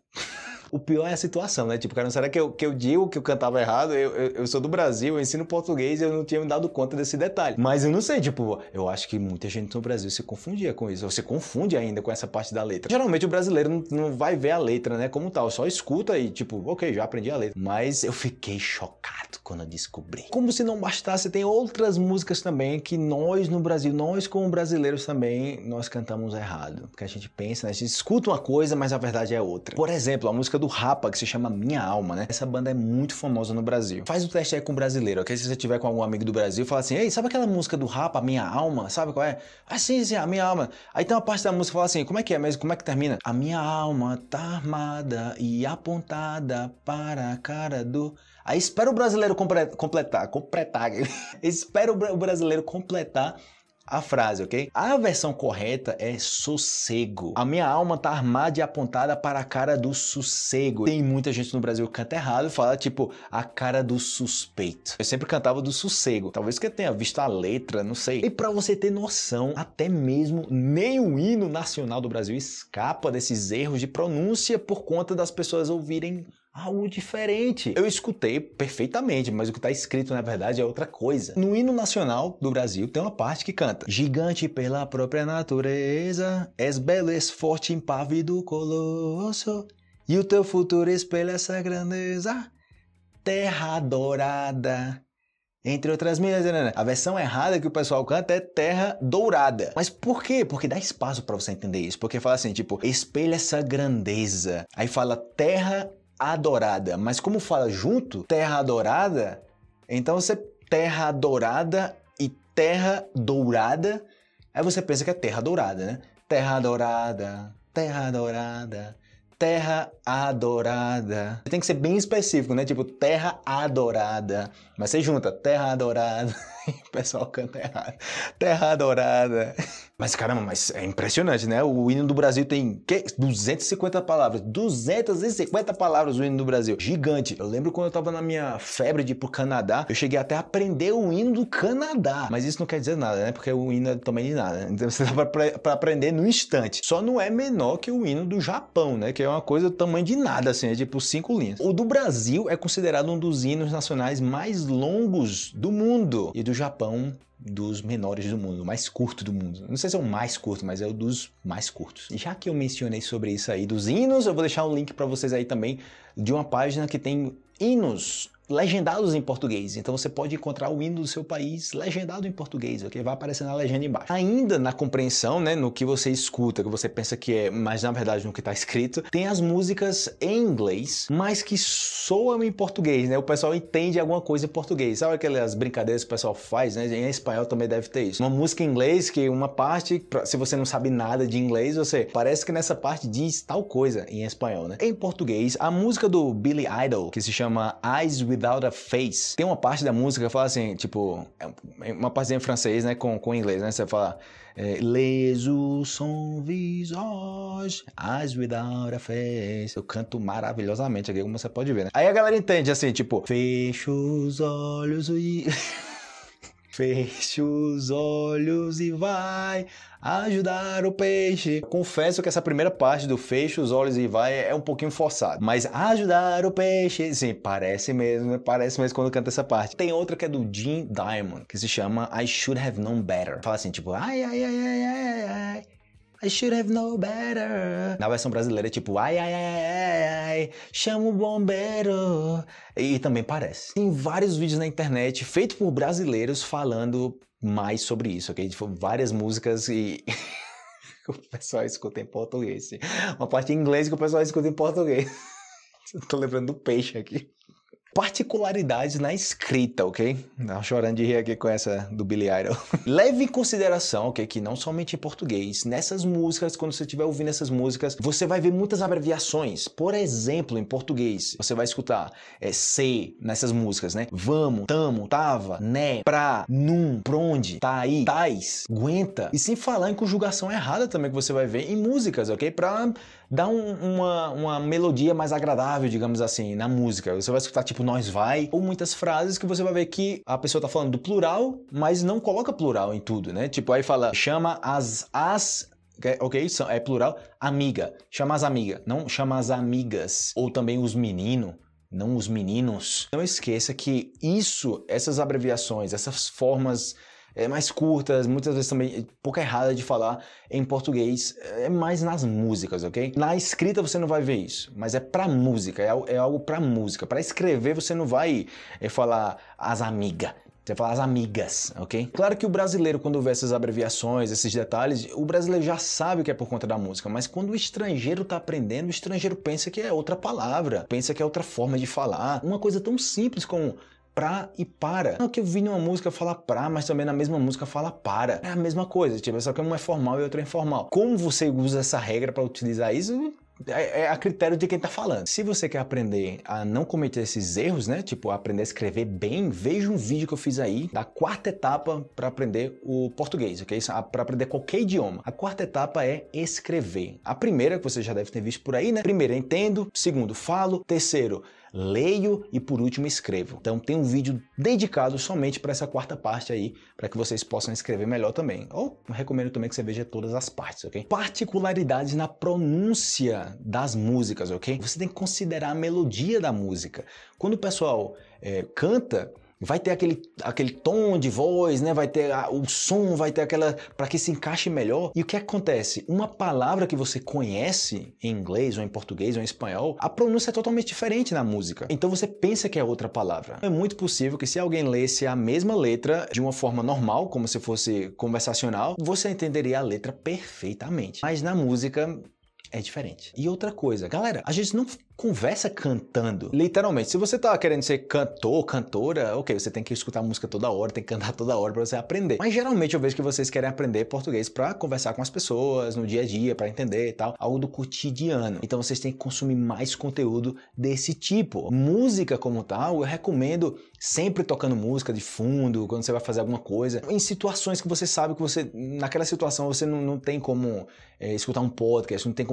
O pior é a situação, né? Tipo, cara, será que eu, que eu digo que eu cantava errado? Eu, eu, eu sou do Brasil, eu ensino português e eu não tinha me dado conta desse detalhe. Mas eu não sei, tipo, eu acho que muita gente no Brasil se confundia com isso. Ou se confunde ainda com essa parte da letra. Geralmente o brasileiro não, não vai ver a letra, né? Como tal, só escuta e tipo, ok, já aprendi a letra. Mas eu fiquei chocado quando eu descobri. Como se não bastasse, tem outras músicas também que nós no Brasil, nós como brasileiros também, nós cantamos errado. Porque a gente pensa, né? A gente escuta uma coisa, mas a verdade é outra. Por exemplo, a música do Rapa, que se chama Minha Alma, né? Essa banda é muito famosa no Brasil. Faz o teste aí com um brasileiro, ok? Se você tiver com algum amigo do Brasil, fala assim, ei, sabe aquela música do Rapa, Minha Alma? Sabe qual é? Ah, sim, sim, a Minha Alma. Aí tem uma parte da música que fala assim, como é que é mesmo? Como é que termina? A minha alma tá armada e apontada para a cara do... Aí espera o brasileiro completar, completar, espera o brasileiro completar a frase, ok? A versão correta é sossego. A minha alma tá armada e apontada para a cara do sossego. Tem muita gente no Brasil que canta errado e fala, tipo, a cara do suspeito. Eu sempre cantava do sossego. Talvez que eu tenha visto a letra, não sei. E pra você ter noção, até mesmo nem o hino nacional do Brasil escapa desses erros de pronúncia por conta das pessoas ouvirem algo diferente. Eu escutei perfeitamente, mas o que está escrito na verdade é outra coisa. No hino nacional do Brasil tem uma parte que canta: gigante pela própria natureza, és belo, és forte, impávido, colosso, e o teu futuro espelha essa grandeza, terra dourada. Entre outras minhas, a versão errada que o pessoal canta é terra dourada. Mas por quê? Porque dá espaço para você entender isso. Porque fala assim, tipo, espelha essa grandeza. Aí fala terra adorada, mas como fala junto, terra adorada, então você terra adorada e terra dourada, aí você pensa que é terra dourada, né? Terra adorada, terra adorada, terra adorada. Tem que ser bem específico, né? Tipo, terra adorada, mas você junta terra adorada e o pessoal canta errado. Terra adorada. Mas caramba, mas é impressionante, né? O hino do Brasil tem que? duzentas e cinquenta palavras. duzentas e cinquenta palavras o hino do Brasil. Gigante. Eu lembro quando eu tava na minha febre de ir pro Canadá, eu cheguei até a aprender o hino do Canadá. Mas isso não quer dizer nada, né? Porque o hino é também de nada. Então você dá pra, pra aprender no instante. Só não é menor que o hino do Japão, né? Que é uma coisa do tamanho de nada, assim. É tipo cinco linhas. O do Brasil é considerado um dos hinos nacionais mais longos do mundo. E do Japão dos menores do mundo, o mais curto do mundo. Não sei se é o mais curto, mas é o dos mais curtos. Já que eu mencionei sobre isso aí dos hinos, eu vou deixar um link para vocês aí também de uma página que tem hinos legendados em português. Então você pode encontrar o hino do seu país legendado em português, ok? Vai aparecer na legenda embaixo. Ainda na compreensão, né, no que você escuta, que você pensa que é, mas na verdade no que está escrito, tem as músicas em inglês, mas que soam em português, né? O pessoal entende alguma coisa em português. Sabe aquelas brincadeiras que o pessoal faz, né? Em espanhol também deve ter isso. Uma música em inglês que uma parte, se você não sabe nada de inglês, você parece que nessa parte diz tal coisa em espanhol, né? Em português, a música do Billy Idol, que se chama Eyes Without a Face, tem uma parte da música que fala assim, tipo, uma parte em francês, né, com, com inglês, né, você fala é, Les yeux sont visage, eyes without a face. Eu canto maravilhosamente aqui, como você pode ver, né? Aí a galera entende assim, tipo, fecha os olhos e... Feche os olhos e vai ajudar o peixe. Confesso que essa primeira parte do feche os olhos e vai é um pouquinho forçado. Mas ajudar o peixe, sim, parece mesmo, parece mesmo quando canta essa parte. Tem outra que é do Jim Diamond, que se chama I Should Have Known Better. Fala assim, tipo, ai, ai, ai, ai, ai, ai. I should have known better. Na versão brasileira é tipo, ai, ai, ai, ai, ai, chama o bombeiro. E também parece. Tem vários vídeos na internet feitos por brasileiros falando mais sobre isso, ok? Tipo, várias músicas e... o pessoal escuta em português. Uma parte em inglês que o pessoal escuta em português. Tô lembrando do peixe aqui. Particularidades na escrita, ok? Não chorando de rir aqui com essa do Billy Idol. Leve em consideração, ok, que não somente em português, nessas músicas, quando você estiver ouvindo essas músicas, você vai ver muitas abreviações. Por exemplo, em português, você vai escutar é, sei nessas músicas, né? Vamos, tamo, tava, né, pra, num, pronde, tá aí, tais, aguenta. E sem falar em conjugação errada também que você vai ver em músicas, ok? Pra dar um, uma, uma melodia mais agradável, digamos assim, na música. Você vai escutar tipo nós vai, ou muitas frases que você vai ver que a pessoa tá falando do plural, mas não coloca plural em tudo, né? Tipo, aí fala, chama as, as, ok, é plural, amiga, chama as amigas, não chama as amigas, ou também os meninos, não os meninos. Não esqueça que isso, essas abreviações, essas formas é, mais curtas, muitas vezes também pouco errada de falar em português, é mais nas músicas, ok? Na escrita você não vai ver isso, mas é pra música, é, é algo pra música. Pra escrever você não vai é, falar as amigas, você vai falar as amigas, ok? Claro que o brasileiro, quando vê essas abreviações, esses detalhes, o brasileiro já sabe que é por conta da música, mas quando o estrangeiro tá aprendendo, o estrangeiro pensa que é outra palavra, pensa que é outra forma de falar. Uma coisa tão simples como pra e para. Não que eu vi numa música falar pra, mas também na mesma música fala para. É a mesma coisa, tipo, só que uma é formal e outra é informal. Como você usa essa regra para utilizar isso? É, é a critério de quem tá falando. Se você quer aprender a não cometer esses erros, né? Tipo, aprender a escrever bem, veja um vídeo que eu fiz aí da quarta etapa para aprender o português, ok? Para aprender qualquer idioma. A quarta etapa é escrever. A primeira, que você já deve ter visto por aí, né? Primeiro, entendo. Segundo, falo. Terceiro, leio e por último escrevo. Então tem um vídeo dedicado somente para essa quarta parte aí, para que vocês possam escrever melhor também. Ou recomendo também que você veja todas as partes, ok? Particularidades na pronúncia das músicas, ok? Você tem que considerar a melodia da música. Quando o pessoal é, canta, vai ter aquele, aquele tom de voz, né? Vai ter a, o som, vai ter aquela... para que se encaixe melhor. E o que acontece? Uma palavra que você conhece em inglês, ou em português, ou em espanhol, a pronúncia é totalmente diferente na música. Então você pensa que é outra palavra. É muito possível que se alguém lesse a mesma letra de uma forma normal, como se fosse conversacional, você entenderia a letra perfeitamente. Mas na música é diferente. E outra coisa, galera, a gente não conversa cantando. Literalmente, se você tá querendo ser cantor, cantora, ok, você tem que escutar música toda hora, tem que cantar toda hora pra você aprender. Mas geralmente eu vejo que vocês querem aprender português pra conversar com as pessoas no dia a dia, pra entender e tal, algo do cotidiano. Então vocês têm que consumir mais conteúdo desse tipo. Música como tal, eu recomendo sempre tocando música de fundo, quando você vai fazer alguma coisa, em situações que você sabe que você, naquela situação você não, não tem como é, escutar um podcast, não tem como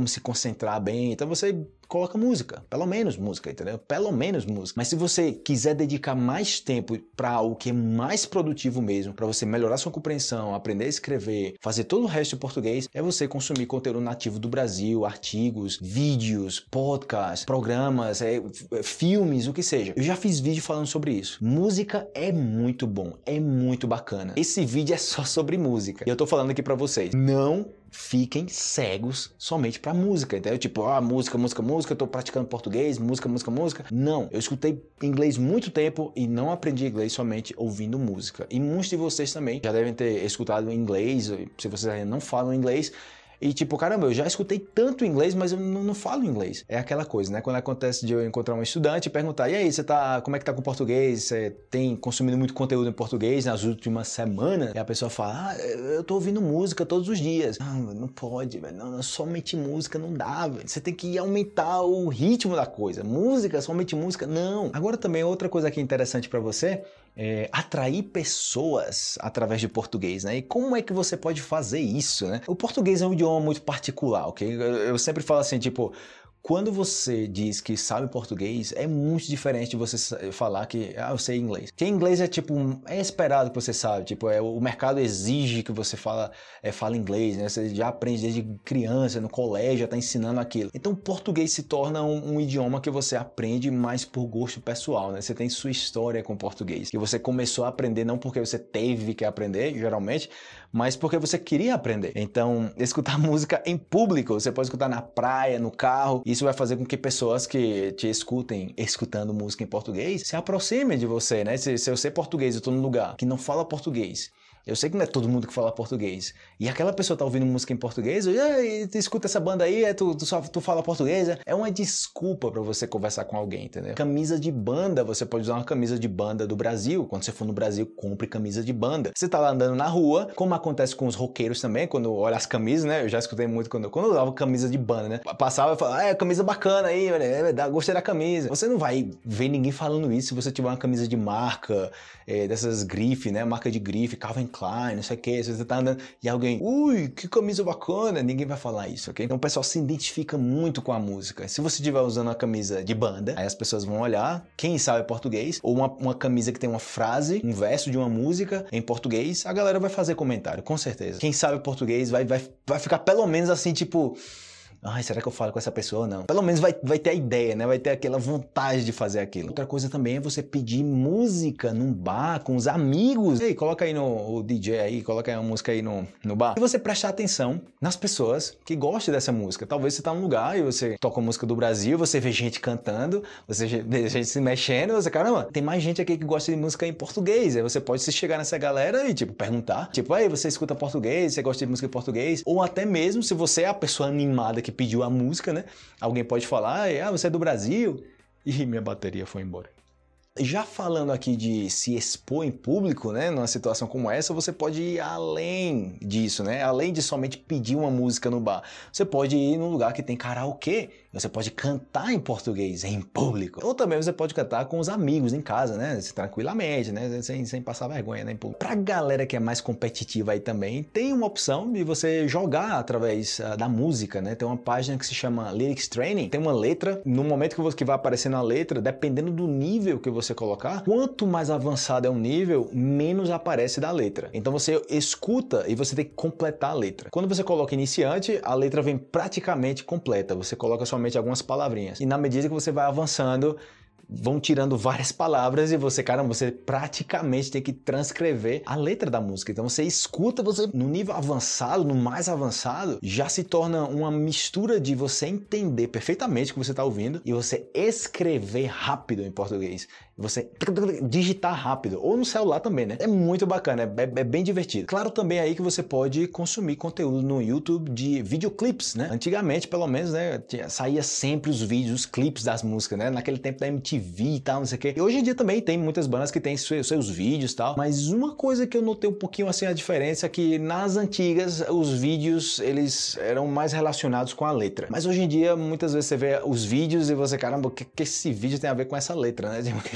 como se concentrar bem, então você coloca música, pelo menos música, entendeu? Pelo menos música. Mas se você quiser dedicar mais tempo para algo que é mais produtivo mesmo, para você melhorar sua compreensão, aprender a escrever, fazer todo o resto em português, é você consumir conteúdo nativo do Brasil, artigos, vídeos, podcasts, programas, é, filmes, o que seja. Eu já fiz vídeo falando sobre isso. Música é muito bom, é muito bacana. Esse vídeo é só sobre música. E eu tô falando aqui para vocês, não fiquem cegos somente pra música, entendeu? Tipo, ah, música, música, música, eu tô praticando português, música, música, música. Não, eu escutei inglês muito tempo e não aprendi inglês somente ouvindo música. E muitos de vocês também já devem ter escutado inglês, se vocês ainda não falam inglês. E tipo, caramba, eu já escutei tanto inglês, mas eu não, não falo inglês. É aquela coisa, né? Quando acontece de eu encontrar um estudante e perguntar, e aí, você tá, como é que tá com o português? Você tem consumido muito conteúdo em português nas últimas semanas? E a pessoa fala, ah, eu tô ouvindo música todos os dias. Não, não pode, velho. Não, somente música não dá, velho. Você tem que aumentar o ritmo da coisa. Música, somente música, não. Agora também outra coisa aqui interessante pra você é atrair pessoas através de português, né? E como é que você pode fazer isso, né? O português é um idioma muito particular, ok? Eu sempre falo assim, tipo, quando você diz que sabe português, é muito diferente de você falar que, ah, eu sei inglês. Porque inglês é tipo, é esperado que você sabe, tipo, é, o mercado exige que você fala, é, fala inglês, né? Você já aprende desde criança, no colégio, já tá ensinando aquilo. Então, o português se torna um, um idioma que você aprende mais por gosto pessoal, né? Você tem sua história com o português, que você começou a aprender não porque você teve que aprender, geralmente, mas porque você queria aprender. Então, escutar música em público, você pode escutar na praia, no carro. Isso vai fazer com que pessoas que te escutem escutando música em português se aproximem de você, né? Se, se eu sei português, eu tô num lugar que não fala português, eu sei que não é todo mundo que fala português, e aquela pessoa tá ouvindo música em português, e tu escuta essa banda aí, tu, tu, só, tu fala português, é uma desculpa pra você conversar com alguém, entendeu? Camisa de banda, você pode usar uma camisa de banda do Brasil. Quando você for no Brasil, compre camisa de banda. Você tá lá andando na rua, como acontece com os roqueiros também, quando olha as camisas, né? Eu já escutei muito quando, quando eu usava camisa de banda, né? Passava e falava, ah, é camisa bacana aí, é, gostei da camisa. Você não vai ver ninguém falando isso se você tiver uma camisa de marca, é, dessas grife, né? Marca de grife, Calvin Klein, não sei o que, se você tá andando e alguém, ui, que camisa bacana, ninguém vai falar isso, ok? Então o pessoal se identifica muito com a música. Se você estiver usando uma camisa de banda, aí as pessoas vão olhar, quem sabe português, ou uma, uma camisa que tem uma frase, um verso de uma música em português, a galera vai fazer comentário, com certeza. Quem sabe português vai, vai, vai ficar pelo menos assim, tipo, ai, será que eu falo com essa pessoa ou não? Pelo menos vai, vai ter a ideia, né? Vai ter aquela vontade de fazer aquilo. Outra coisa também é você pedir música num bar com os amigos. Ei, coloca aí no o D J aí, coloca aí uma música aí no, no bar. E você prestar atenção nas pessoas que gostam dessa música. Talvez você tá num lugar e você toca a música do Brasil, você vê gente cantando, você vê gente se mexendo, você, caramba, tem mais gente aqui que gosta de música em português. Aí você pode se chegar nessa galera e, tipo, perguntar. Tipo, aí, você escuta português, você gosta de música em português? Ou até mesmo, se você é a pessoa animada que pediu a música, né? Alguém pode falar, ah, você é do Brasil? E minha bateria foi embora. Já falando aqui de se expor em público, né, numa situação como essa, você pode ir além disso, né? Além de somente pedir uma música no bar. Você pode ir num lugar que tem karaokê, você pode cantar em português em público. Ou também você pode cantar com os amigos em casa, né? Tranquilamente, né? Sem, sem passar vergonha, né? Em público. Pra galera que é mais competitiva aí também, tem uma opção de você jogar através uh, da música, né? Tem uma página que se chama Lyrics Training, tem uma letra, no momento que, você, que vai aparecer na letra, dependendo do nível que você colocar, quanto mais avançado é o nível, menos aparece da letra. Então você escuta e você tem que completar a letra. Quando você coloca iniciante, a letra vem praticamente completa. Você coloca somente algumas palavrinhas. E na medida que você vai avançando, vão tirando várias palavras e você, caramba, você praticamente tem que transcrever a letra da música. Então você escuta, você no nível avançado, no mais avançado, já se torna uma mistura de você entender perfeitamente o que você está ouvindo e você escrever rápido em português. Você digitar rápido, ou no celular também, né? É muito bacana, é, é bem divertido. Claro também aí que você pode consumir conteúdo no YouTube de videoclips, né? Antigamente, pelo menos, né, saía sempre os vídeos, os clipes das músicas, né? Naquele tempo da M T V e tal, não sei o quê. E hoje em dia também tem muitas bandas que têm seus, seus vídeos e tal, mas uma coisa que eu notei um pouquinho assim a diferença é que nas antigas os vídeos, eles eram mais relacionados com a letra. Mas hoje em dia, muitas vezes você vê os vídeos e você, caramba, o que, que esse vídeo tem a ver com essa letra, né?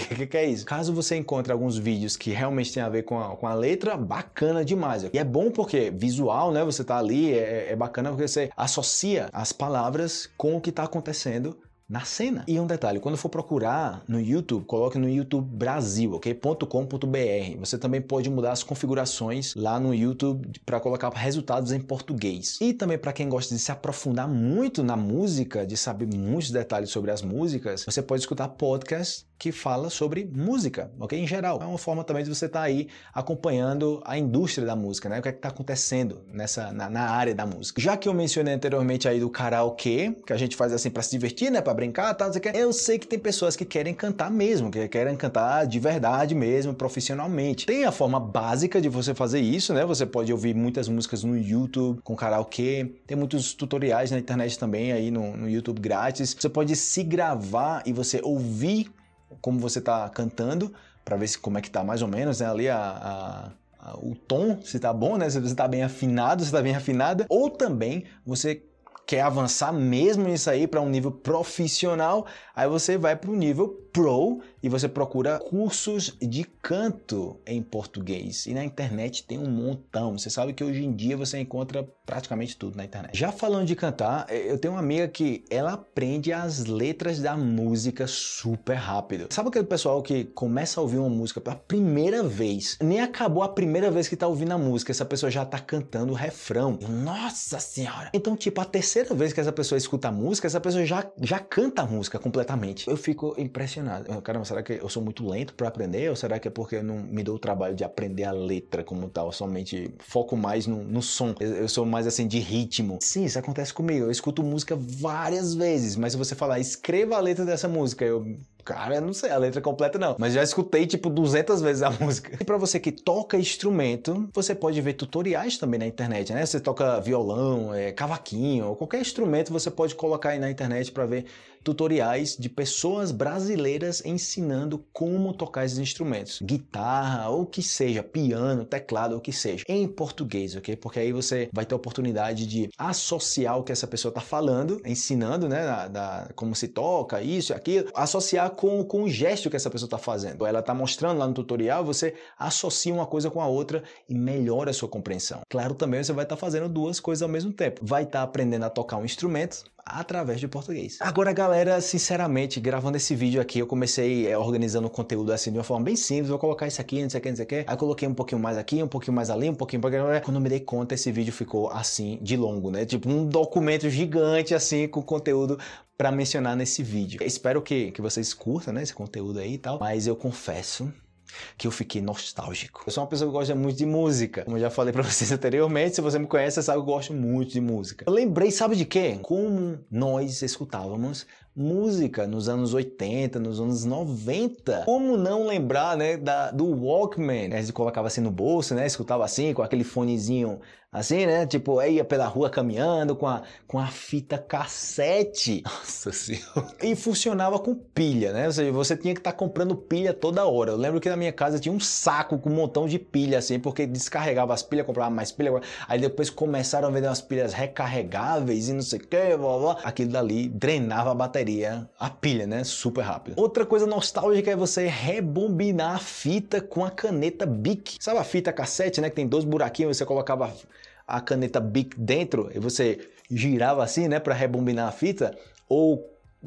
que, que é isso? Caso você encontre alguns vídeos que realmente tem a ver com a, com a letra, bacana demais. E é bom porque visual, né? Você tá ali, é, é bacana porque você associa as palavras com o que tá acontecendo na cena. E um detalhe, quando for procurar no YouTube, coloque no YouTube Brasil, ok? .com.br. Você também pode mudar as configurações lá no YouTube para colocar resultados em português. E também para quem gosta de se aprofundar muito na música, de saber muitos detalhes sobre as músicas, você pode escutar podcasts que fala sobre música, ok? Em geral. É uma forma também de você estar tá aí acompanhando a indústria da música, né? O que é que tá acontecendo nessa, na, na área da música. Já que eu mencionei anteriormente aí do karaokê, que a gente faz assim para se divertir, né? Para brincar, tal, não sei o que. Eu sei que tem pessoas que querem cantar mesmo, que querem cantar de verdade mesmo, profissionalmente. Tem a forma básica de você fazer isso, né? Você pode ouvir muitas músicas no YouTube com karaokê. Tem muitos tutoriais na internet também aí no, no YouTube grátis. Você pode se gravar e você ouvir como você tá cantando, para ver se, como é que tá mais ou menos, né? Ali a, a, a, o tom, se tá bom, né? Se você tá bem afinado, se tá bem afinada. Ou também você quer avançar mesmo nisso aí para um nível profissional, aí você vai para o nível Pro e você procura cursos de canto em português. E na internet tem um montão. Você sabe que hoje em dia você encontra praticamente tudo na internet. Já falando de cantar, eu tenho uma amiga que ela aprende as letras da música super rápido. Sabe aquele pessoal que começa a ouvir uma música pela primeira vez, nem acabou a primeira vez que tá ouvindo a música, essa pessoa já tá cantando o refrão. Nossa senhora! Então, tipo, a terceira vez que essa pessoa escuta a música, essa pessoa já, já canta a música completamente. Eu fico impressionado. Caramba, será que eu sou muito lento para aprender? Ou será que é porque eu não me dou o trabalho de aprender a letra como tal? Somente foco mais no, no som. Eu, eu sou mais assim de ritmo. Sim, isso acontece comigo. Eu escuto música várias vezes, mas se você falar, escreva a letra dessa música, eu... Cara, eu não sei a letra completa não, mas já escutei tipo duzentas vezes a música. E pra você que toca instrumento, você pode ver tutoriais também na internet, né? Você toca violão, é, cavaquinho, ou qualquer instrumento você pode colocar aí na internet para ver tutoriais de pessoas brasileiras ensinando como tocar esses instrumentos. Guitarra, ou o que seja, piano, teclado, ou o que seja. Em português, ok? Porque aí você vai ter a oportunidade de associar o que essa pessoa tá falando, ensinando, né? Da, da, como se toca, isso e aquilo, associar com, com o gesto que essa pessoa está fazendo. Ela está mostrando lá no tutorial, você associa uma coisa com a outra e melhora a sua compreensão. Claro, também você vai estar tá fazendo duas coisas ao mesmo tempo. Vai estar tá aprendendo a tocar um instrumento através de português. Agora, galera, sinceramente, gravando esse vídeo aqui, eu comecei é, organizando o conteúdo assim de uma forma bem simples. Vou colocar isso aqui, não sei o que, não sei o que. Aí eu coloquei um pouquinho mais aqui, um pouquinho mais ali, um pouquinho... Quando eu me dei conta, esse vídeo ficou assim, de longo, né? Tipo um documento gigante, assim, com conteúdo para mencionar nesse vídeo. Eu espero que, que vocês curtam, né, esse conteúdo aí e tal. Mas eu confesso que eu fiquei nostálgico. Eu sou uma pessoa que gosta muito de música. Como eu já falei pra vocês anteriormente, se você me conhece, você sabe que eu gosto muito de música. Eu lembrei, sabe de quê? Como nós escutávamos música nos anos oitenta, nos anos noventa. Como não lembrar, né, da, do Walkman? A gente colocava assim no bolso, né, escutava assim, com aquele fonezinho assim, né, tipo, ia pela rua caminhando com a, com a fita cassete. Nossa senhora. E funcionava com pilha, né, ou seja, você tinha que estar tá comprando pilha toda hora. Eu lembro que na minha casa tinha um saco com um montão de pilha, assim, porque descarregava as pilhas, comprava mais pilha, aí depois começaram a vender umas pilhas recarregáveis e não sei o que, blá, blá. Aquilo dali drenava a bateria, a pilha, né? Super rápido. Outra coisa nostálgica é você rebobinar a fita com a caneta Bic. Sabe a fita cassete, né? Que tem dois buraquinhos, você colocava a caneta Bic dentro e você girava assim, né? Pra rebobinar a fita. Ou...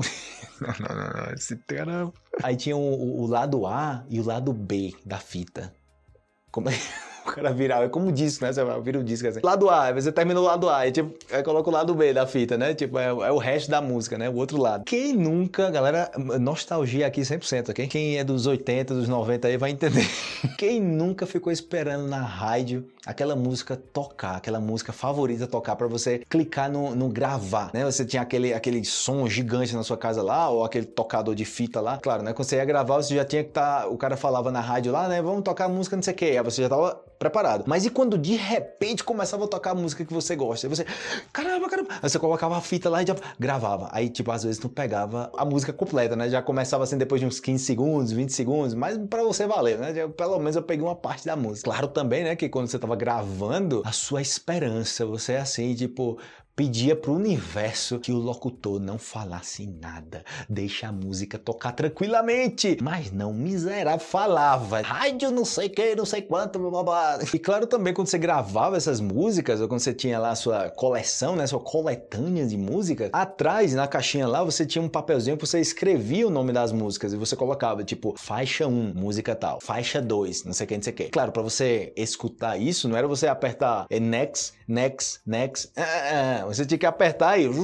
não, não, não, não. Esse cara... Aí tinha o, o lado A e o lado B da fita. Como é... O cara virava, é como disco, né? Você vira o disco assim. Lado A, você termina o lado A, e tipo, aí coloca o lado B da fita, né? Tipo, é, é o resto da música, né? O outro lado. Quem nunca, galera, nostalgia aqui cem por cento, ok? Quem é dos oitenta, dos noventa aí vai entender. Quem nunca ficou esperando na rádio aquela música tocar, aquela música favorita tocar pra você clicar no, no gravar, né? Você tinha aquele, aquele som gigante na sua casa lá, ou aquele tocador de fita lá. Claro, né? Quando você ia gravar, você já tinha que estar... Tá, o cara falava na rádio lá, né? Vamos tocar música não sei o que. Aí você já tava preparado. Mas e quando de repente começava a tocar a música que você gosta? Aí você, caramba, caramba. Aí você colocava a fita lá e já gravava. Aí, tipo, às vezes não pegava a música completa, né? Já começava assim depois de uns quinze segundos, vinte segundos, mas pra você valer, né? Já, pelo menos eu peguei uma parte da música. Claro também, né? Que quando você tava gravando, a sua esperança, você é assim, tipo, pedia pro universo que o locutor não falasse nada, deixa a música tocar tranquilamente, mas não, miserável, falava, rádio não sei que, não sei quanto, blá, blá. E claro também quando você gravava essas músicas, ou quando você tinha lá a sua coleção, né, sua coletânea de músicas, atrás na caixinha lá você tinha um papelzinho que você escrevia o nome das músicas e você colocava tipo, faixa um, música tal, faixa dois, não sei o que, não sei o que. Claro, pra você escutar isso, não era você apertar é, next, next, next, ah, ah, você tinha que apertar e...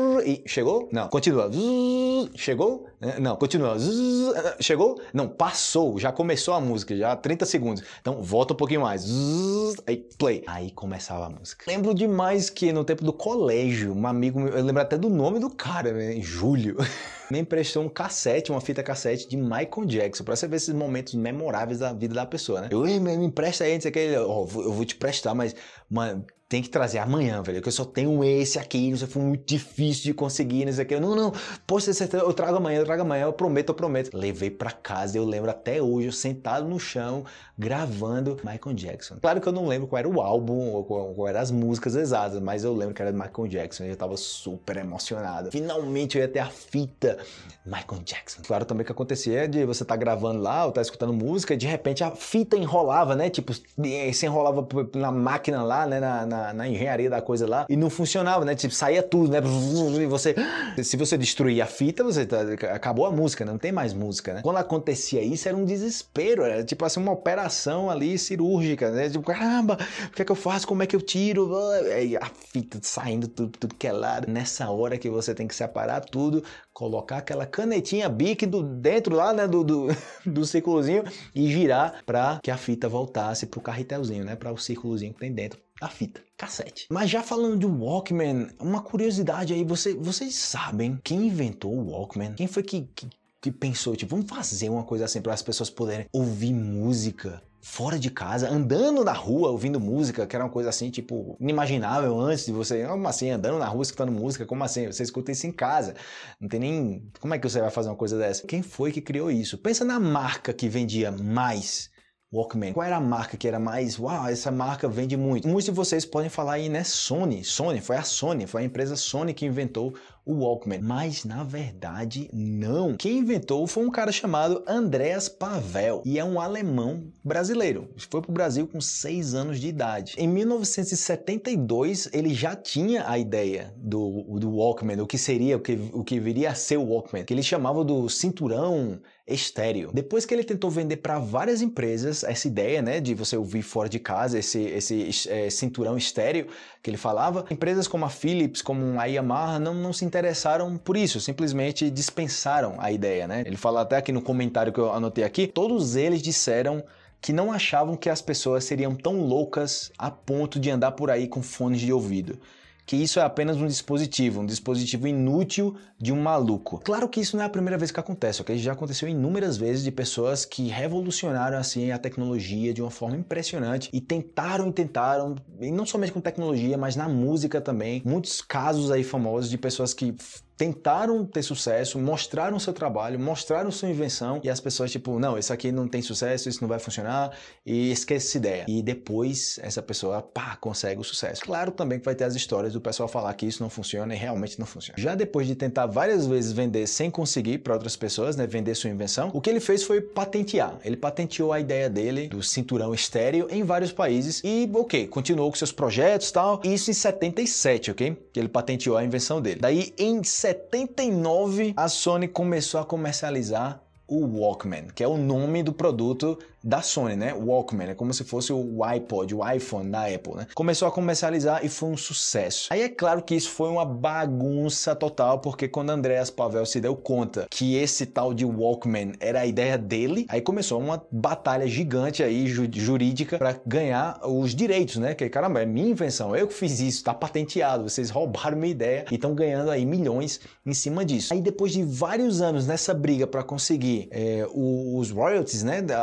e chegou? Não. Continua. Chegou? Não. Continua. Chegou? Não. Passou. Já começou a música. Já trinta segundos. Então, volta um pouquinho mais. Aí, play. Aí começava a música. Lembro demais que no tempo do colégio, um amigo meu, eu lembro até do nome do cara, né? Júlio. Me emprestou um cassete, uma fita cassete de Michael Jackson, pra você ver esses momentos memoráveis da vida da pessoa, né? Eu, me empresta aí, não sei o que, eu vou te prestar, mas, mano, tem que trazer amanhã, velho, que eu só tenho esse aqui, isso foi muito difícil de conseguir, não sei o que. Não, não, poxa, eu trago amanhã, eu trago amanhã, eu prometo, eu prometo. Levei pra casa, eu lembro até hoje, eu sentado no chão, gravando Michael Jackson. Claro que eu não lembro qual era o álbum, ou qual, qual eram as músicas exatas, mas eu lembro que era de Michael Jackson, e eu tava super emocionado. Finalmente eu ia ter a fita Michael Jackson. Claro também que acontecia de você tá gravando lá, ou tá escutando música, e de repente a fita enrolava, né, tipo, se enrolava na máquina lá, né, na, na Na, na engenharia da coisa lá, e não funcionava, né? Tipo, saía tudo, né? E você... Se você destruir a fita, você tá, acabou a música, né? Não tem mais música, né? Quando acontecia isso, era um desespero, era tipo assim, uma operação ali cirúrgica, né? Tipo, caramba, o que é que eu faço? Como é que eu tiro? Aí a fita saindo tudo, tudo que é lado. Nessa hora que você tem que separar tudo, colocar aquela canetinha Bic do, dentro lá, né? Do, do, do círculozinho e girar pra que a fita voltasse pro carretelzinho, né? Pra o círculozinho que tem dentro a fita cassete. Mas já falando de Walkman, uma curiosidade aí, você, vocês sabem quem inventou o Walkman? Quem foi que, que, que pensou, tipo, vamos fazer uma coisa assim para as pessoas poderem ouvir música fora de casa, andando na rua, ouvindo música, que era uma coisa assim, tipo, inimaginável antes de você, como assim, andando na rua, escutando música, como assim? Você escuta isso em casa, não tem nem... Como é que você vai fazer uma coisa dessa? Quem foi que criou isso? Pensa na marca que vendia mais Walkman. Qual era a marca que era mais, uau, essa marca vende muito? Muitos de vocês podem falar aí, né, Sony. Sony, foi a Sony, foi a empresa Sony que inventou o Walkman. Mas, na verdade, não. Quem inventou foi um cara chamado Andreas Pavel, e é um alemão brasileiro. Foi pro Brasil com seis anos de idade. Em mil novecentos e setenta e dois, ele já tinha a ideia do, do Walkman, o que seria, o que, o que viria a ser o Walkman, que ele chamava do cinturão estéreo. Depois que ele tentou vender para várias empresas essa ideia, né, de você ouvir fora de casa, esse, esse é, cinturão estéreo que ele falava, empresas como a Philips, como a Yamaha, não, não se interessaram por isso, simplesmente dispensaram a ideia, né? Ele fala até aqui no comentário que eu anotei aqui, todos eles disseram que não achavam que as pessoas seriam tão loucas a ponto de andar por aí com fones de ouvido. Que isso é apenas um dispositivo, um dispositivo inútil de um maluco. Claro que isso não é a primeira vez que acontece, ok? Já aconteceu inúmeras vezes de pessoas que revolucionaram assim a tecnologia de uma forma impressionante e tentaram e tentaram, e não somente com tecnologia, mas na música também. Muitos casos aí famosos de pessoas que tentaram ter sucesso, mostraram seu trabalho, mostraram sua invenção e as pessoas tipo, não, isso aqui não tem sucesso, isso não vai funcionar e esquece essa ideia. E depois essa pessoa, pá, consegue o sucesso. Claro também que vai ter as histórias do pessoal falar que isso não funciona e realmente não funciona. Já depois de tentar várias vezes vender sem conseguir para outras pessoas, né, vender sua invenção, o que ele fez foi patentear. Ele patenteou a ideia dele do cinturão estéreo em vários países e, ok, continuou com seus projetos e tal. Isso em setenta e sete, ok? Que ele patenteou a invenção dele. Daí em setenta e nove, a Sony começou a comercializar o Walkman, que é o nome do produto da Sony, né? Walkman, é como se fosse o iPod, o iPhone da Apple, né? Começou a comercializar e foi um sucesso. Aí é claro que isso foi uma bagunça total, porque quando Andreas Pavel se deu conta que esse tal de Walkman era a ideia dele, aí começou uma batalha gigante aí, ju jurídica, para ganhar os direitos, né? Que, caramba, é minha invenção, eu que fiz isso, tá patenteado, vocês roubaram minha ideia e estão ganhando aí milhões em cima disso. Aí depois de vários anos nessa briga para conseguir é, os royalties, né? O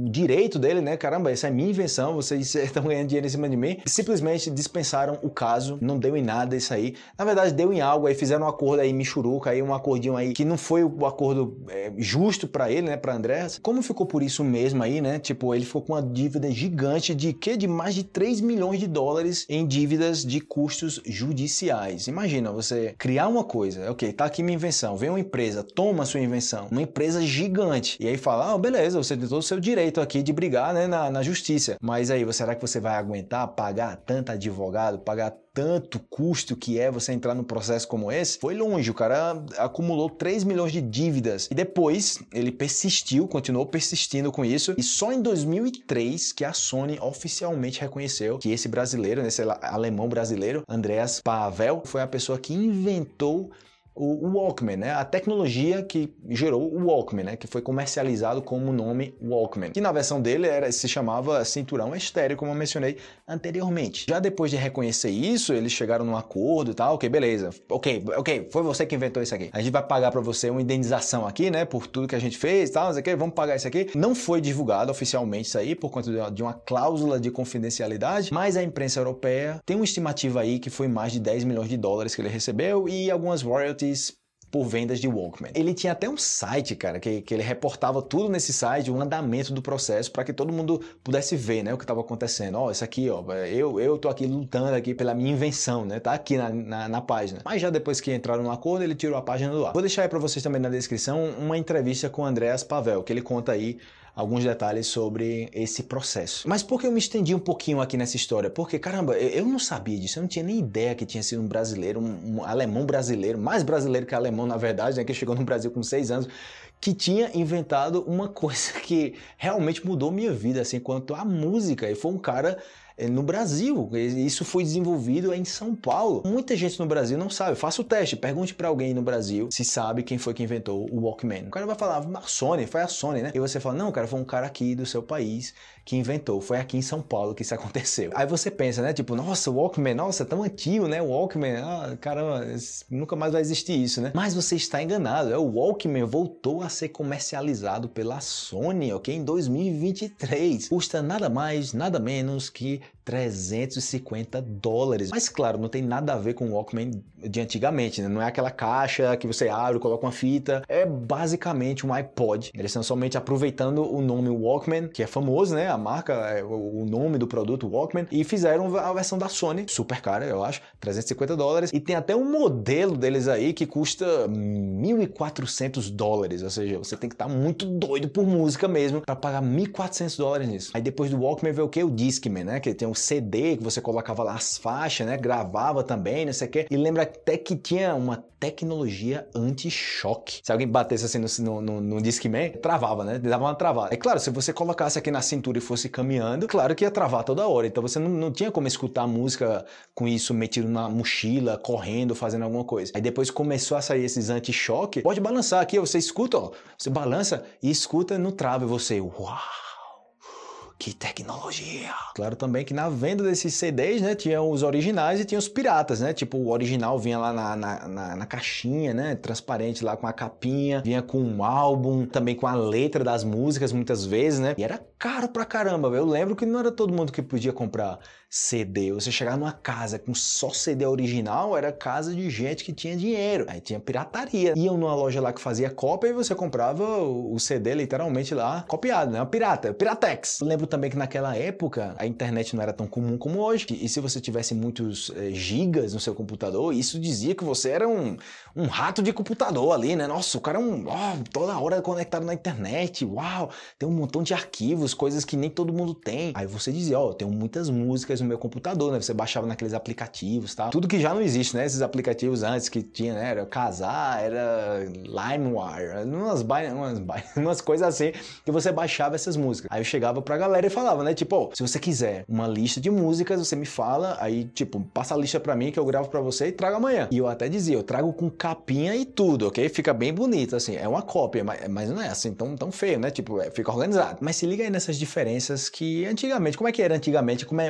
o direito dele, né? Caramba, essa é minha invenção, vocês estão ganhando dinheiro em cima de mim. Simplesmente dispensaram o caso, não deu em nada isso aí. Na verdade, deu em algo, aí fizeram um acordo aí, michuruca, aí um acordinho aí, que não foi o acordo é, justo pra ele, né? Pra Andreas. Como ficou por isso mesmo aí, né? Tipo, ele ficou com uma dívida gigante de que? De mais de três milhões de dólares em dívidas de custos judiciais. Imagina, você criar uma coisa, ok, tá aqui minha invenção, vem uma empresa, toma a sua invenção, uma empresa gigante, e aí fala, ah, beleza, você tem todo o seu direito aqui de brigar, né, na, na justiça, mas aí, será que você vai aguentar pagar tanto advogado, pagar tanto custo que é você entrar num processo como esse? Foi longe, o cara acumulou três milhões de dívidas e depois ele persistiu, continuou persistindo com isso, e só em dois mil e três que a Sony oficialmente reconheceu que esse brasileiro, esse alemão brasileiro, Andreas Pavel, foi a pessoa que inventou o Walkman, né? A tecnologia que gerou o Walkman, né? Que foi comercializado como o nome Walkman, que na versão dele era, se chamava cinturão estéreo, como eu mencionei anteriormente. Já depois de reconhecer isso, eles chegaram num acordo e tal, ok, beleza, ok, ok, foi você que inventou isso aqui. A gente vai pagar para você uma indenização aqui, né? Por tudo que a gente fez e tal, não sei o que, vamos pagar isso aqui. Não foi divulgado oficialmente isso aí, por conta de uma cláusula de confidencialidade, mas a imprensa europeia tem uma estimativa aí que foi mais de dez milhões de dólares que ele recebeu e algumas royalties por vendas de Walkman. Ele tinha até um site, cara, que, que ele reportava tudo nesse site, o andamento do processo, para que todo mundo pudesse ver, né, o que estava acontecendo. Ó, oh, isso aqui, ó, eu, eu tô aqui lutando aqui pela minha invenção, né, tá aqui na, na, na página. Mas já depois que entraram no acordo, ele tirou a página do ar. Vou deixar aí para vocês também na descrição uma entrevista com o Andreas Pavel, que ele conta aí alguns detalhes sobre esse processo. Mas por que eu me estendi um pouquinho aqui nessa história? Porque, caramba, eu não sabia disso, eu não tinha nem ideia que tinha sido um brasileiro, um, um alemão brasileiro, mais brasileiro que alemão, na verdade, né, que chegou no Brasil com seis anos, que tinha inventado uma coisa que realmente mudou minha vida, assim, quanto à música. E foi um cara no Brasil, isso foi desenvolvido em São Paulo. Muita gente no Brasil não sabe. Faça o teste, pergunte para alguém no Brasil se sabe quem foi que inventou o Walkman. O cara vai falar, a Sony, foi a Sony, né? E você fala, não, cara, foi um cara aqui do seu país que inventou, foi aqui em São Paulo que isso aconteceu. Aí você pensa, né, tipo, nossa, o Walkman, nossa, tão antigo, né, o Walkman, ah, caramba, nunca mais vai existir isso, né? Mas você está enganado, é, o Walkman voltou a ser comercializado pela Sony, ok, em dois mil e vinte e três. Custa nada mais, nada menos que trezentos e cinquenta dólares. Mas claro, não tem nada a ver com o Walkman de antigamente, né? Não é aquela caixa que você abre, coloca uma fita. É basicamente um iPod. Eles estão somente aproveitando o nome Walkman, que é famoso, né? A marca, o nome do produto Walkman, e fizeram a versão da Sony, super cara, eu acho, trezentos e cinquenta dólares. E tem até um modelo deles aí que custa mil e quatrocentos dólares. Ou seja, você tem que estar muito doido por música mesmo para pagar mil e quatrocentos dólares nisso. Aí depois do Walkman veio o quê? O Discman, né? Que tem um C D que você colocava lá as faixas, né? Gravava também, não sei o quê. E lembra até que tinha uma tecnologia anti-choque. Se alguém batesse assim no, no, no Discman, travava, né? Dava uma travada. É claro, se você colocasse aqui na cintura e fosse caminhando, claro que ia travar toda hora. Então você não, não tinha como escutar música com isso metido na mochila, correndo, fazendo alguma coisa. Aí depois começou a sair esses anti-choque. Pode balançar aqui, você escuta, ó. Você balança e escuta no trava e você, uau! Que tecnologia! Claro também que na venda desses C Ds, né, tinha os originais e tinha os piratas, né? Tipo, o original vinha lá na, na, na, na caixinha, né? Transparente lá com a capinha, vinha com um álbum, também com a letra das músicas muitas vezes, né? E era caro pra caramba, eu lembro que não era todo mundo que podia comprar C D. Você chegar numa casa com só C D original, era casa de gente que tinha dinheiro. Aí tinha pirataria. Iam numa loja lá que fazia cópia e você comprava o C D literalmente lá copiado, né? Uma pirata, Piratex. Eu lembro também que naquela época a internet não era tão comum como hoje. E se você tivesse muitos eh, gigas no seu computador, isso dizia que você era um, um rato de computador ali, né? Nossa, o cara é um... Oh, toda hora conectado na internet. Uau! Tem um montão de arquivos, coisas que nem todo mundo tem. Aí você dizia, ó, oh, eu tenho muitas músicas no meu computador, né? Você baixava naqueles aplicativos, tá? Tudo que já não existe, né? Esses aplicativos antes que tinha, né? Era Kazaa, era LimeWire, umas, umas, umas coisas assim que você baixava essas músicas. Aí eu chegava pra galera e falava, né? Tipo, oh, se você quiser uma lista de músicas, você me fala, aí, tipo, passa a lista pra mim que eu gravo pra você e trago amanhã. E eu até dizia, eu trago com capinha e tudo, ok? Fica bem bonito, assim, é uma cópia, mas, mas não é assim tão, tão feio, né? Tipo, é, fica organizado. Mas se liga aí nessas diferenças que antigamente, como é que era antigamente e como é hoje em dia?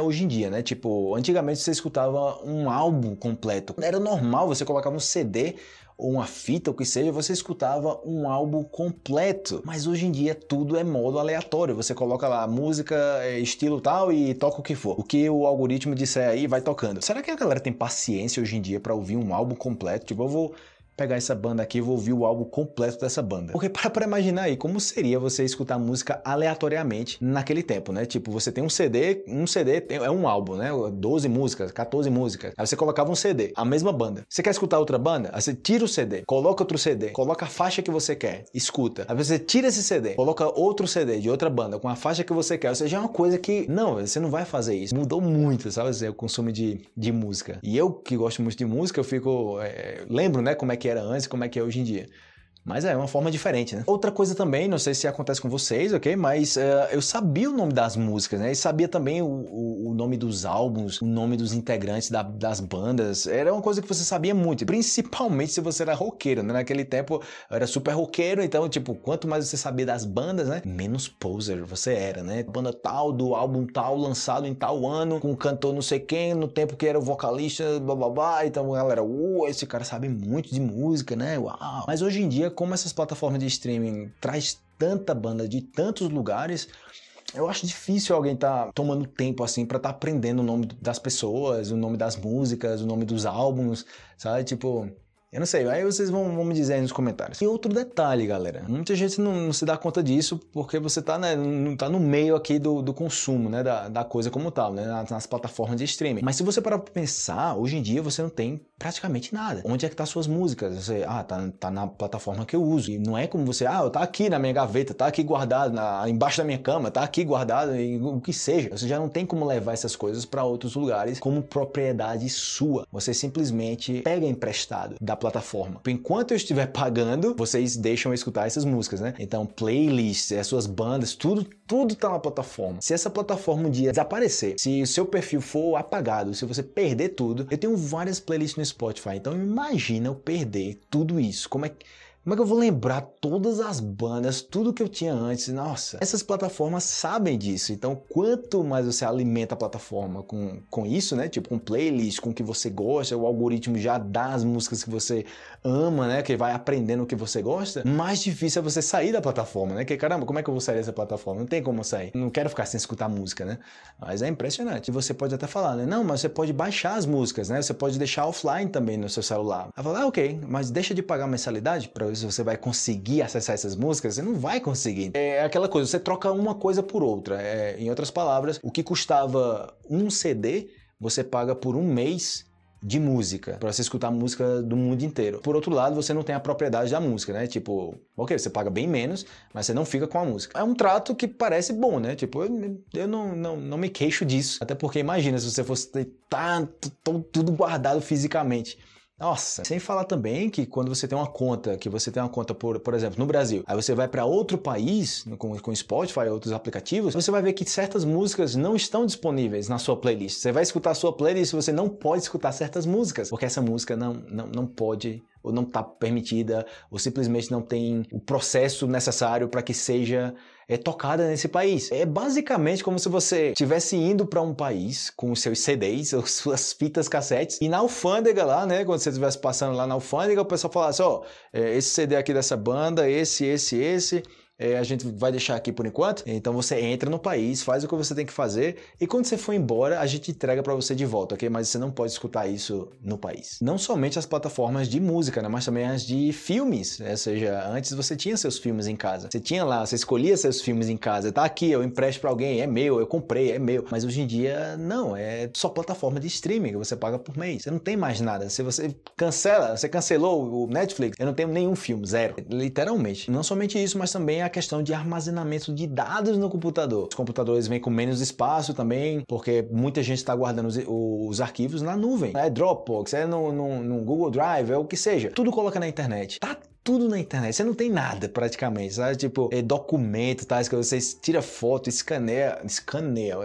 dia, né? Tipo, antigamente você escutava um álbum completo. Era normal, você colocava um C D ou uma fita, o que seja, você escutava um álbum completo. Mas hoje em dia tudo é modo aleatório. Você coloca lá música, estilo tal e toca o que for. O que o algoritmo disser aí vai tocando. Será que a galera tem paciência hoje em dia pra ouvir um álbum completo? Tipo, eu vou pegar essa banda aqui e vou ouvir o álbum completo dessa banda. Porque para pra imaginar aí, como seria você escutar música aleatoriamente naquele tempo, né? Tipo, você tem um C D, um C D é um álbum, né? doze músicas, quatorze músicas. Aí você colocava um C D, a mesma banda. Você quer escutar outra banda? Aí você tira o C D, coloca outro C D, coloca a faixa que você quer, escuta. Aí você tira esse C D, coloca outro C D de outra banda com a faixa que você quer. Ou seja, é uma coisa que, não, você não vai fazer isso. Mudou muito, sabe? O consumo de, de música. E eu, que gosto muito de música, eu fico... É, lembro, né? Como é que era antes, como é que é hoje em dia. Mas é uma forma diferente, né? Outra coisa também, não sei se acontece com vocês, ok? Mas uh, eu sabia o nome das músicas, né? E sabia também o, o, o nome dos álbuns, o nome dos integrantes da, das bandas. Era uma coisa que você sabia muito, principalmente se você era roqueiro, né? Naquele tempo eu era super roqueiro, então, tipo, quanto mais você sabia das bandas, né? Menos poser você era, né? Banda tal, do álbum tal, lançado em tal ano, com um cantor não sei quem, no tempo que era o vocalista, blá blá blá. Então, galera, uh, esse cara sabe muito de música, né? Uau! Mas hoje em dia, como essas plataformas de streaming traz tanta banda de tantos lugares, eu acho difícil alguém tá tomando tempo assim pra tá aprendendo o nome das pessoas, o nome das músicas, o nome dos álbuns, sabe? Tipo, eu não sei, aí vocês vão, vão me dizer aí nos comentários. E outro detalhe, galera, muita gente não, não se dá conta disso porque você tá, né, não tá no meio aqui do, do consumo, né, da, da coisa como tal, né, nas, nas plataformas de streaming. Mas se você parar pra pensar, hoje em dia você não tem praticamente nada. Onde é que tá suas músicas? Você, ah, tá, tá na plataforma que eu uso. E não é como você, ah, tá aqui na minha gaveta, tá aqui guardado, na, embaixo da minha cama, tá aqui guardado, e, o que seja. Você já não tem como levar essas coisas pra outros lugares como propriedade sua. Você simplesmente pega emprestado da plataforma. Enquanto eu estiver pagando, vocês deixam eu escutar essas músicas, né? Então, playlists, as suas bandas, tudo, tudo tá na plataforma. Se essa plataforma um dia desaparecer, se o seu perfil for apagado, se você perder tudo, eu tenho várias playlists no Spotify, então imagina eu perder tudo isso. Como é que... Como é que eu vou lembrar todas as bandas, tudo que eu tinha antes? Nossa, essas plataformas sabem disso. Então, quanto mais você alimenta a plataforma com, com isso, né? Tipo, com playlist, com o que você gosta, o algoritmo já dá as músicas que você ama, né? Que vai aprendendo o que você gosta, mais difícil é você sair da plataforma, né? Que caramba, como é que eu vou sair dessa plataforma? Não tem como sair. Não quero ficar sem escutar música, né? Mas é impressionante. Você pode até falar, né? Não, mas você pode baixar as músicas, né? Você pode deixar offline também no seu celular. Aí fala, ah, ok, mas deixa de pagar mensalidade para se você vai conseguir acessar essas músicas, você não vai conseguir. É aquela coisa, você troca uma coisa por outra. É, em outras palavras, o que custava um C D, você paga por um mês de música, para você escutar música do mundo inteiro. Por outro lado, você não tem a propriedade da música, né? Tipo, ok, você paga bem menos, mas você não fica com a música. É um trato que parece bom, né? Tipo, eu, eu não, não, não me queixo disso. Até porque imagina se você fosse ter tanto, tudo guardado fisicamente. Nossa, sem falar também que quando você tem uma conta, que você tem uma conta, por, por exemplo, no Brasil, aí você vai para outro país, com, com Spotify e outros aplicativos, você vai ver que certas músicas não estão disponíveis na sua playlist. Você vai escutar a sua playlist e você não pode escutar certas músicas, porque essa música não, não, não pode, ou não está permitida, ou simplesmente não tem o processo necessário para que seja é tocada nesse país. É basicamente como se você estivesse indo para um país com os seus C Ds, ou suas fitas cassetes, e na alfândega lá, né, quando você estivesse passando lá na alfândega, o pessoal falasse, ó, oh, é, esse C D aqui dessa banda, esse, esse, esse, é, a gente vai deixar aqui por enquanto. Então você entra no país, faz o que você tem que fazer, e quando você for embora, a gente entrega para você de volta, ok? Mas você não pode escutar isso no país. Não somente as plataformas de música, né? Mas também as de filmes, né? Ou seja, antes você tinha seus filmes em casa. Você tinha lá, você escolhia seus filmes em casa. Tá aqui, eu empresto para alguém, é meu, eu comprei, é meu. Mas hoje em dia, não, é só plataforma de streaming que você paga por mês. Você não tem mais nada. Se você cancela, você cancelou o Netflix, eu não tenho nenhum filme, zero. Literalmente. Não somente isso, mas também a questão de armazenamento de dados no computador. Os computadores vêm com menos espaço também, porque muita gente está guardando os, os arquivos na nuvem. É Dropbox, é no, no, no Google Drive, é o que seja. Tudo coloca na internet. Tá tudo na internet. Você não tem nada praticamente, sabe? Tipo, é documento, tá? Que você tira foto, escaneia, escaneia.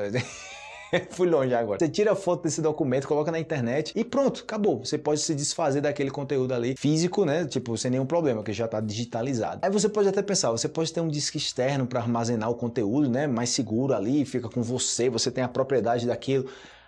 Fui longe agora. Você tira a foto desse documento, coloca na internet e pronto, acabou. Você pode se desfazer daquele conteúdo ali físico, né? Tipo, sem nenhum problema, que já está digitalizado. Aí você pode até pensar, você pode ter um disco externo para armazenar o conteúdo, né? Mais seguro ali, fica com você, você tem a propriedade daquilo.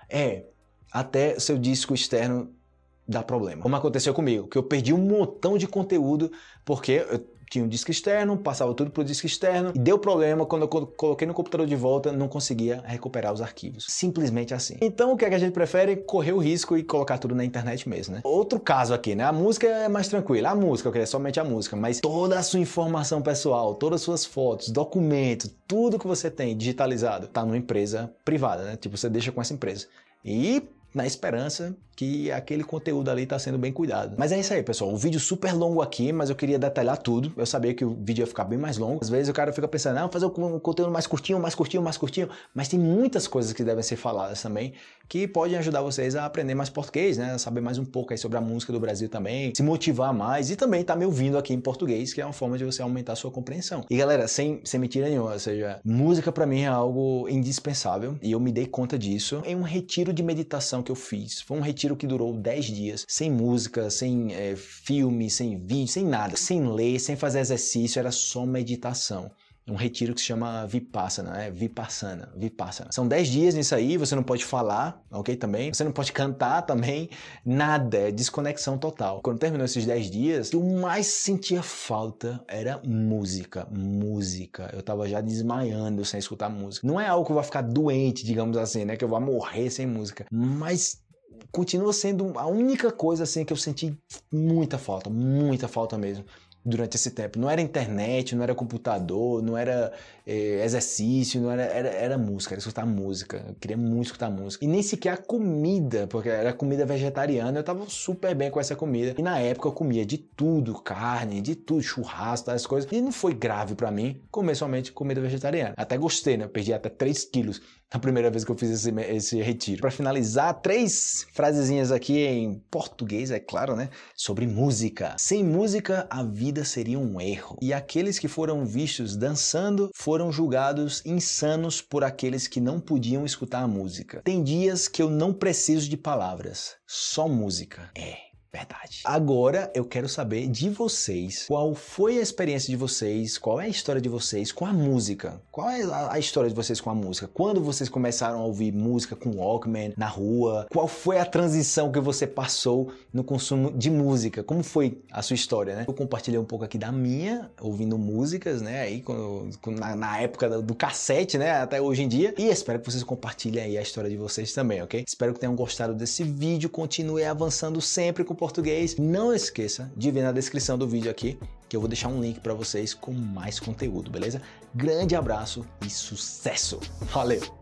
É, até seu disco externo dá problema. Como aconteceu comigo, que eu perdi um montão de conteúdo porque eu tinha um disco externo, passava tudo pro disco externo e deu problema quando eu coloquei no computador de volta, não conseguia recuperar os arquivos. Simplesmente assim. Então o que, é que a gente prefere? Correr o risco e colocar tudo na internet mesmo, né? Outro caso aqui, né? A música é mais tranquila. A música, eu queria somente a música, mas toda a sua informação pessoal, todas as suas fotos, documentos, tudo que você tem digitalizado tá numa empresa privada, né? Tipo, você deixa com essa empresa. E na esperança que aquele conteúdo ali está sendo bem cuidado. Mas é isso aí, pessoal. Um vídeo super longo aqui, mas eu queria detalhar tudo. Eu sabia que o vídeo ia ficar bem mais longo. Às vezes o cara fica pensando, não, fazer um conteúdo mais curtinho, mais curtinho, mais curtinho. Mas tem muitas coisas que devem ser faladas também, que podem ajudar vocês a aprender mais português, né? A saber mais um pouco aí sobre a música do Brasil também, se motivar mais e também tá me ouvindo aqui em português, que é uma forma de você aumentar a sua compreensão. E galera, sem, sem mentira nenhuma, ou seja, música pra mim é algo indispensável e eu me dei conta disso em um retiro de meditação que eu fiz. Foi um retiro que durou dez dias, sem música, sem é, filme, sem vídeo, sem nada, sem ler, sem fazer exercício, era só meditação. Um retiro que se chama Vipassana, né? Vipassana, Vipassana. São dez dias nisso aí, você não pode falar, ok? Também. Você não pode cantar também, nada, é desconexão total. Quando terminou esses dez dias, o que eu mais sentia falta era música, música. Eu tava já desmaiando sem escutar música. Não é algo que eu vou ficar doente, digamos assim, né? Que eu vou morrer sem música, mas continua sendo a única coisa assim que eu senti muita falta, muita falta mesmo. Durante esse tempo. Não era internet, não era computador, não era é, exercício, não era, era, era música, era escutar música. Eu queria muito escutar música. E nem sequer a comida, porque era comida vegetariana, eu tava super bem com essa comida. E na época eu comia de tudo, carne, de tudo, churrasco, das coisas. E não foi grave pra mim comer somente comida vegetariana. Até gostei, né? Eu perdi até três quilos na primeira vez que eu fiz esse, esse retiro. Pra finalizar, três frasezinhas aqui em português, é claro, né? Sobre música. Sem música, a vida seria um erro. E aqueles que foram vistos dançando foram julgados insanos por aqueles que não podiam escutar a música. Tem dias que eu não preciso de palavras, só música. É. Verdade. Agora eu quero saber de vocês, qual foi a experiência de vocês, qual é a história de vocês com a música? Qual é a história de vocês com a música? Quando vocês começaram a ouvir música com Walkman, na rua? Qual foi a transição que você passou no consumo de música? Como foi a sua história, né? Eu compartilhei um pouco aqui da minha, ouvindo músicas, né? Aí quando, na, na época do cassete, né? Até hoje em dia. E espero que vocês compartilhem aí a história de vocês também, ok? Espero que tenham gostado desse vídeo. Continue avançando sempre com português. Não esqueça de ver na descrição do vídeo aqui que eu vou deixar um link para vocês com mais conteúdo, beleza? Grande abraço e sucesso! Valeu!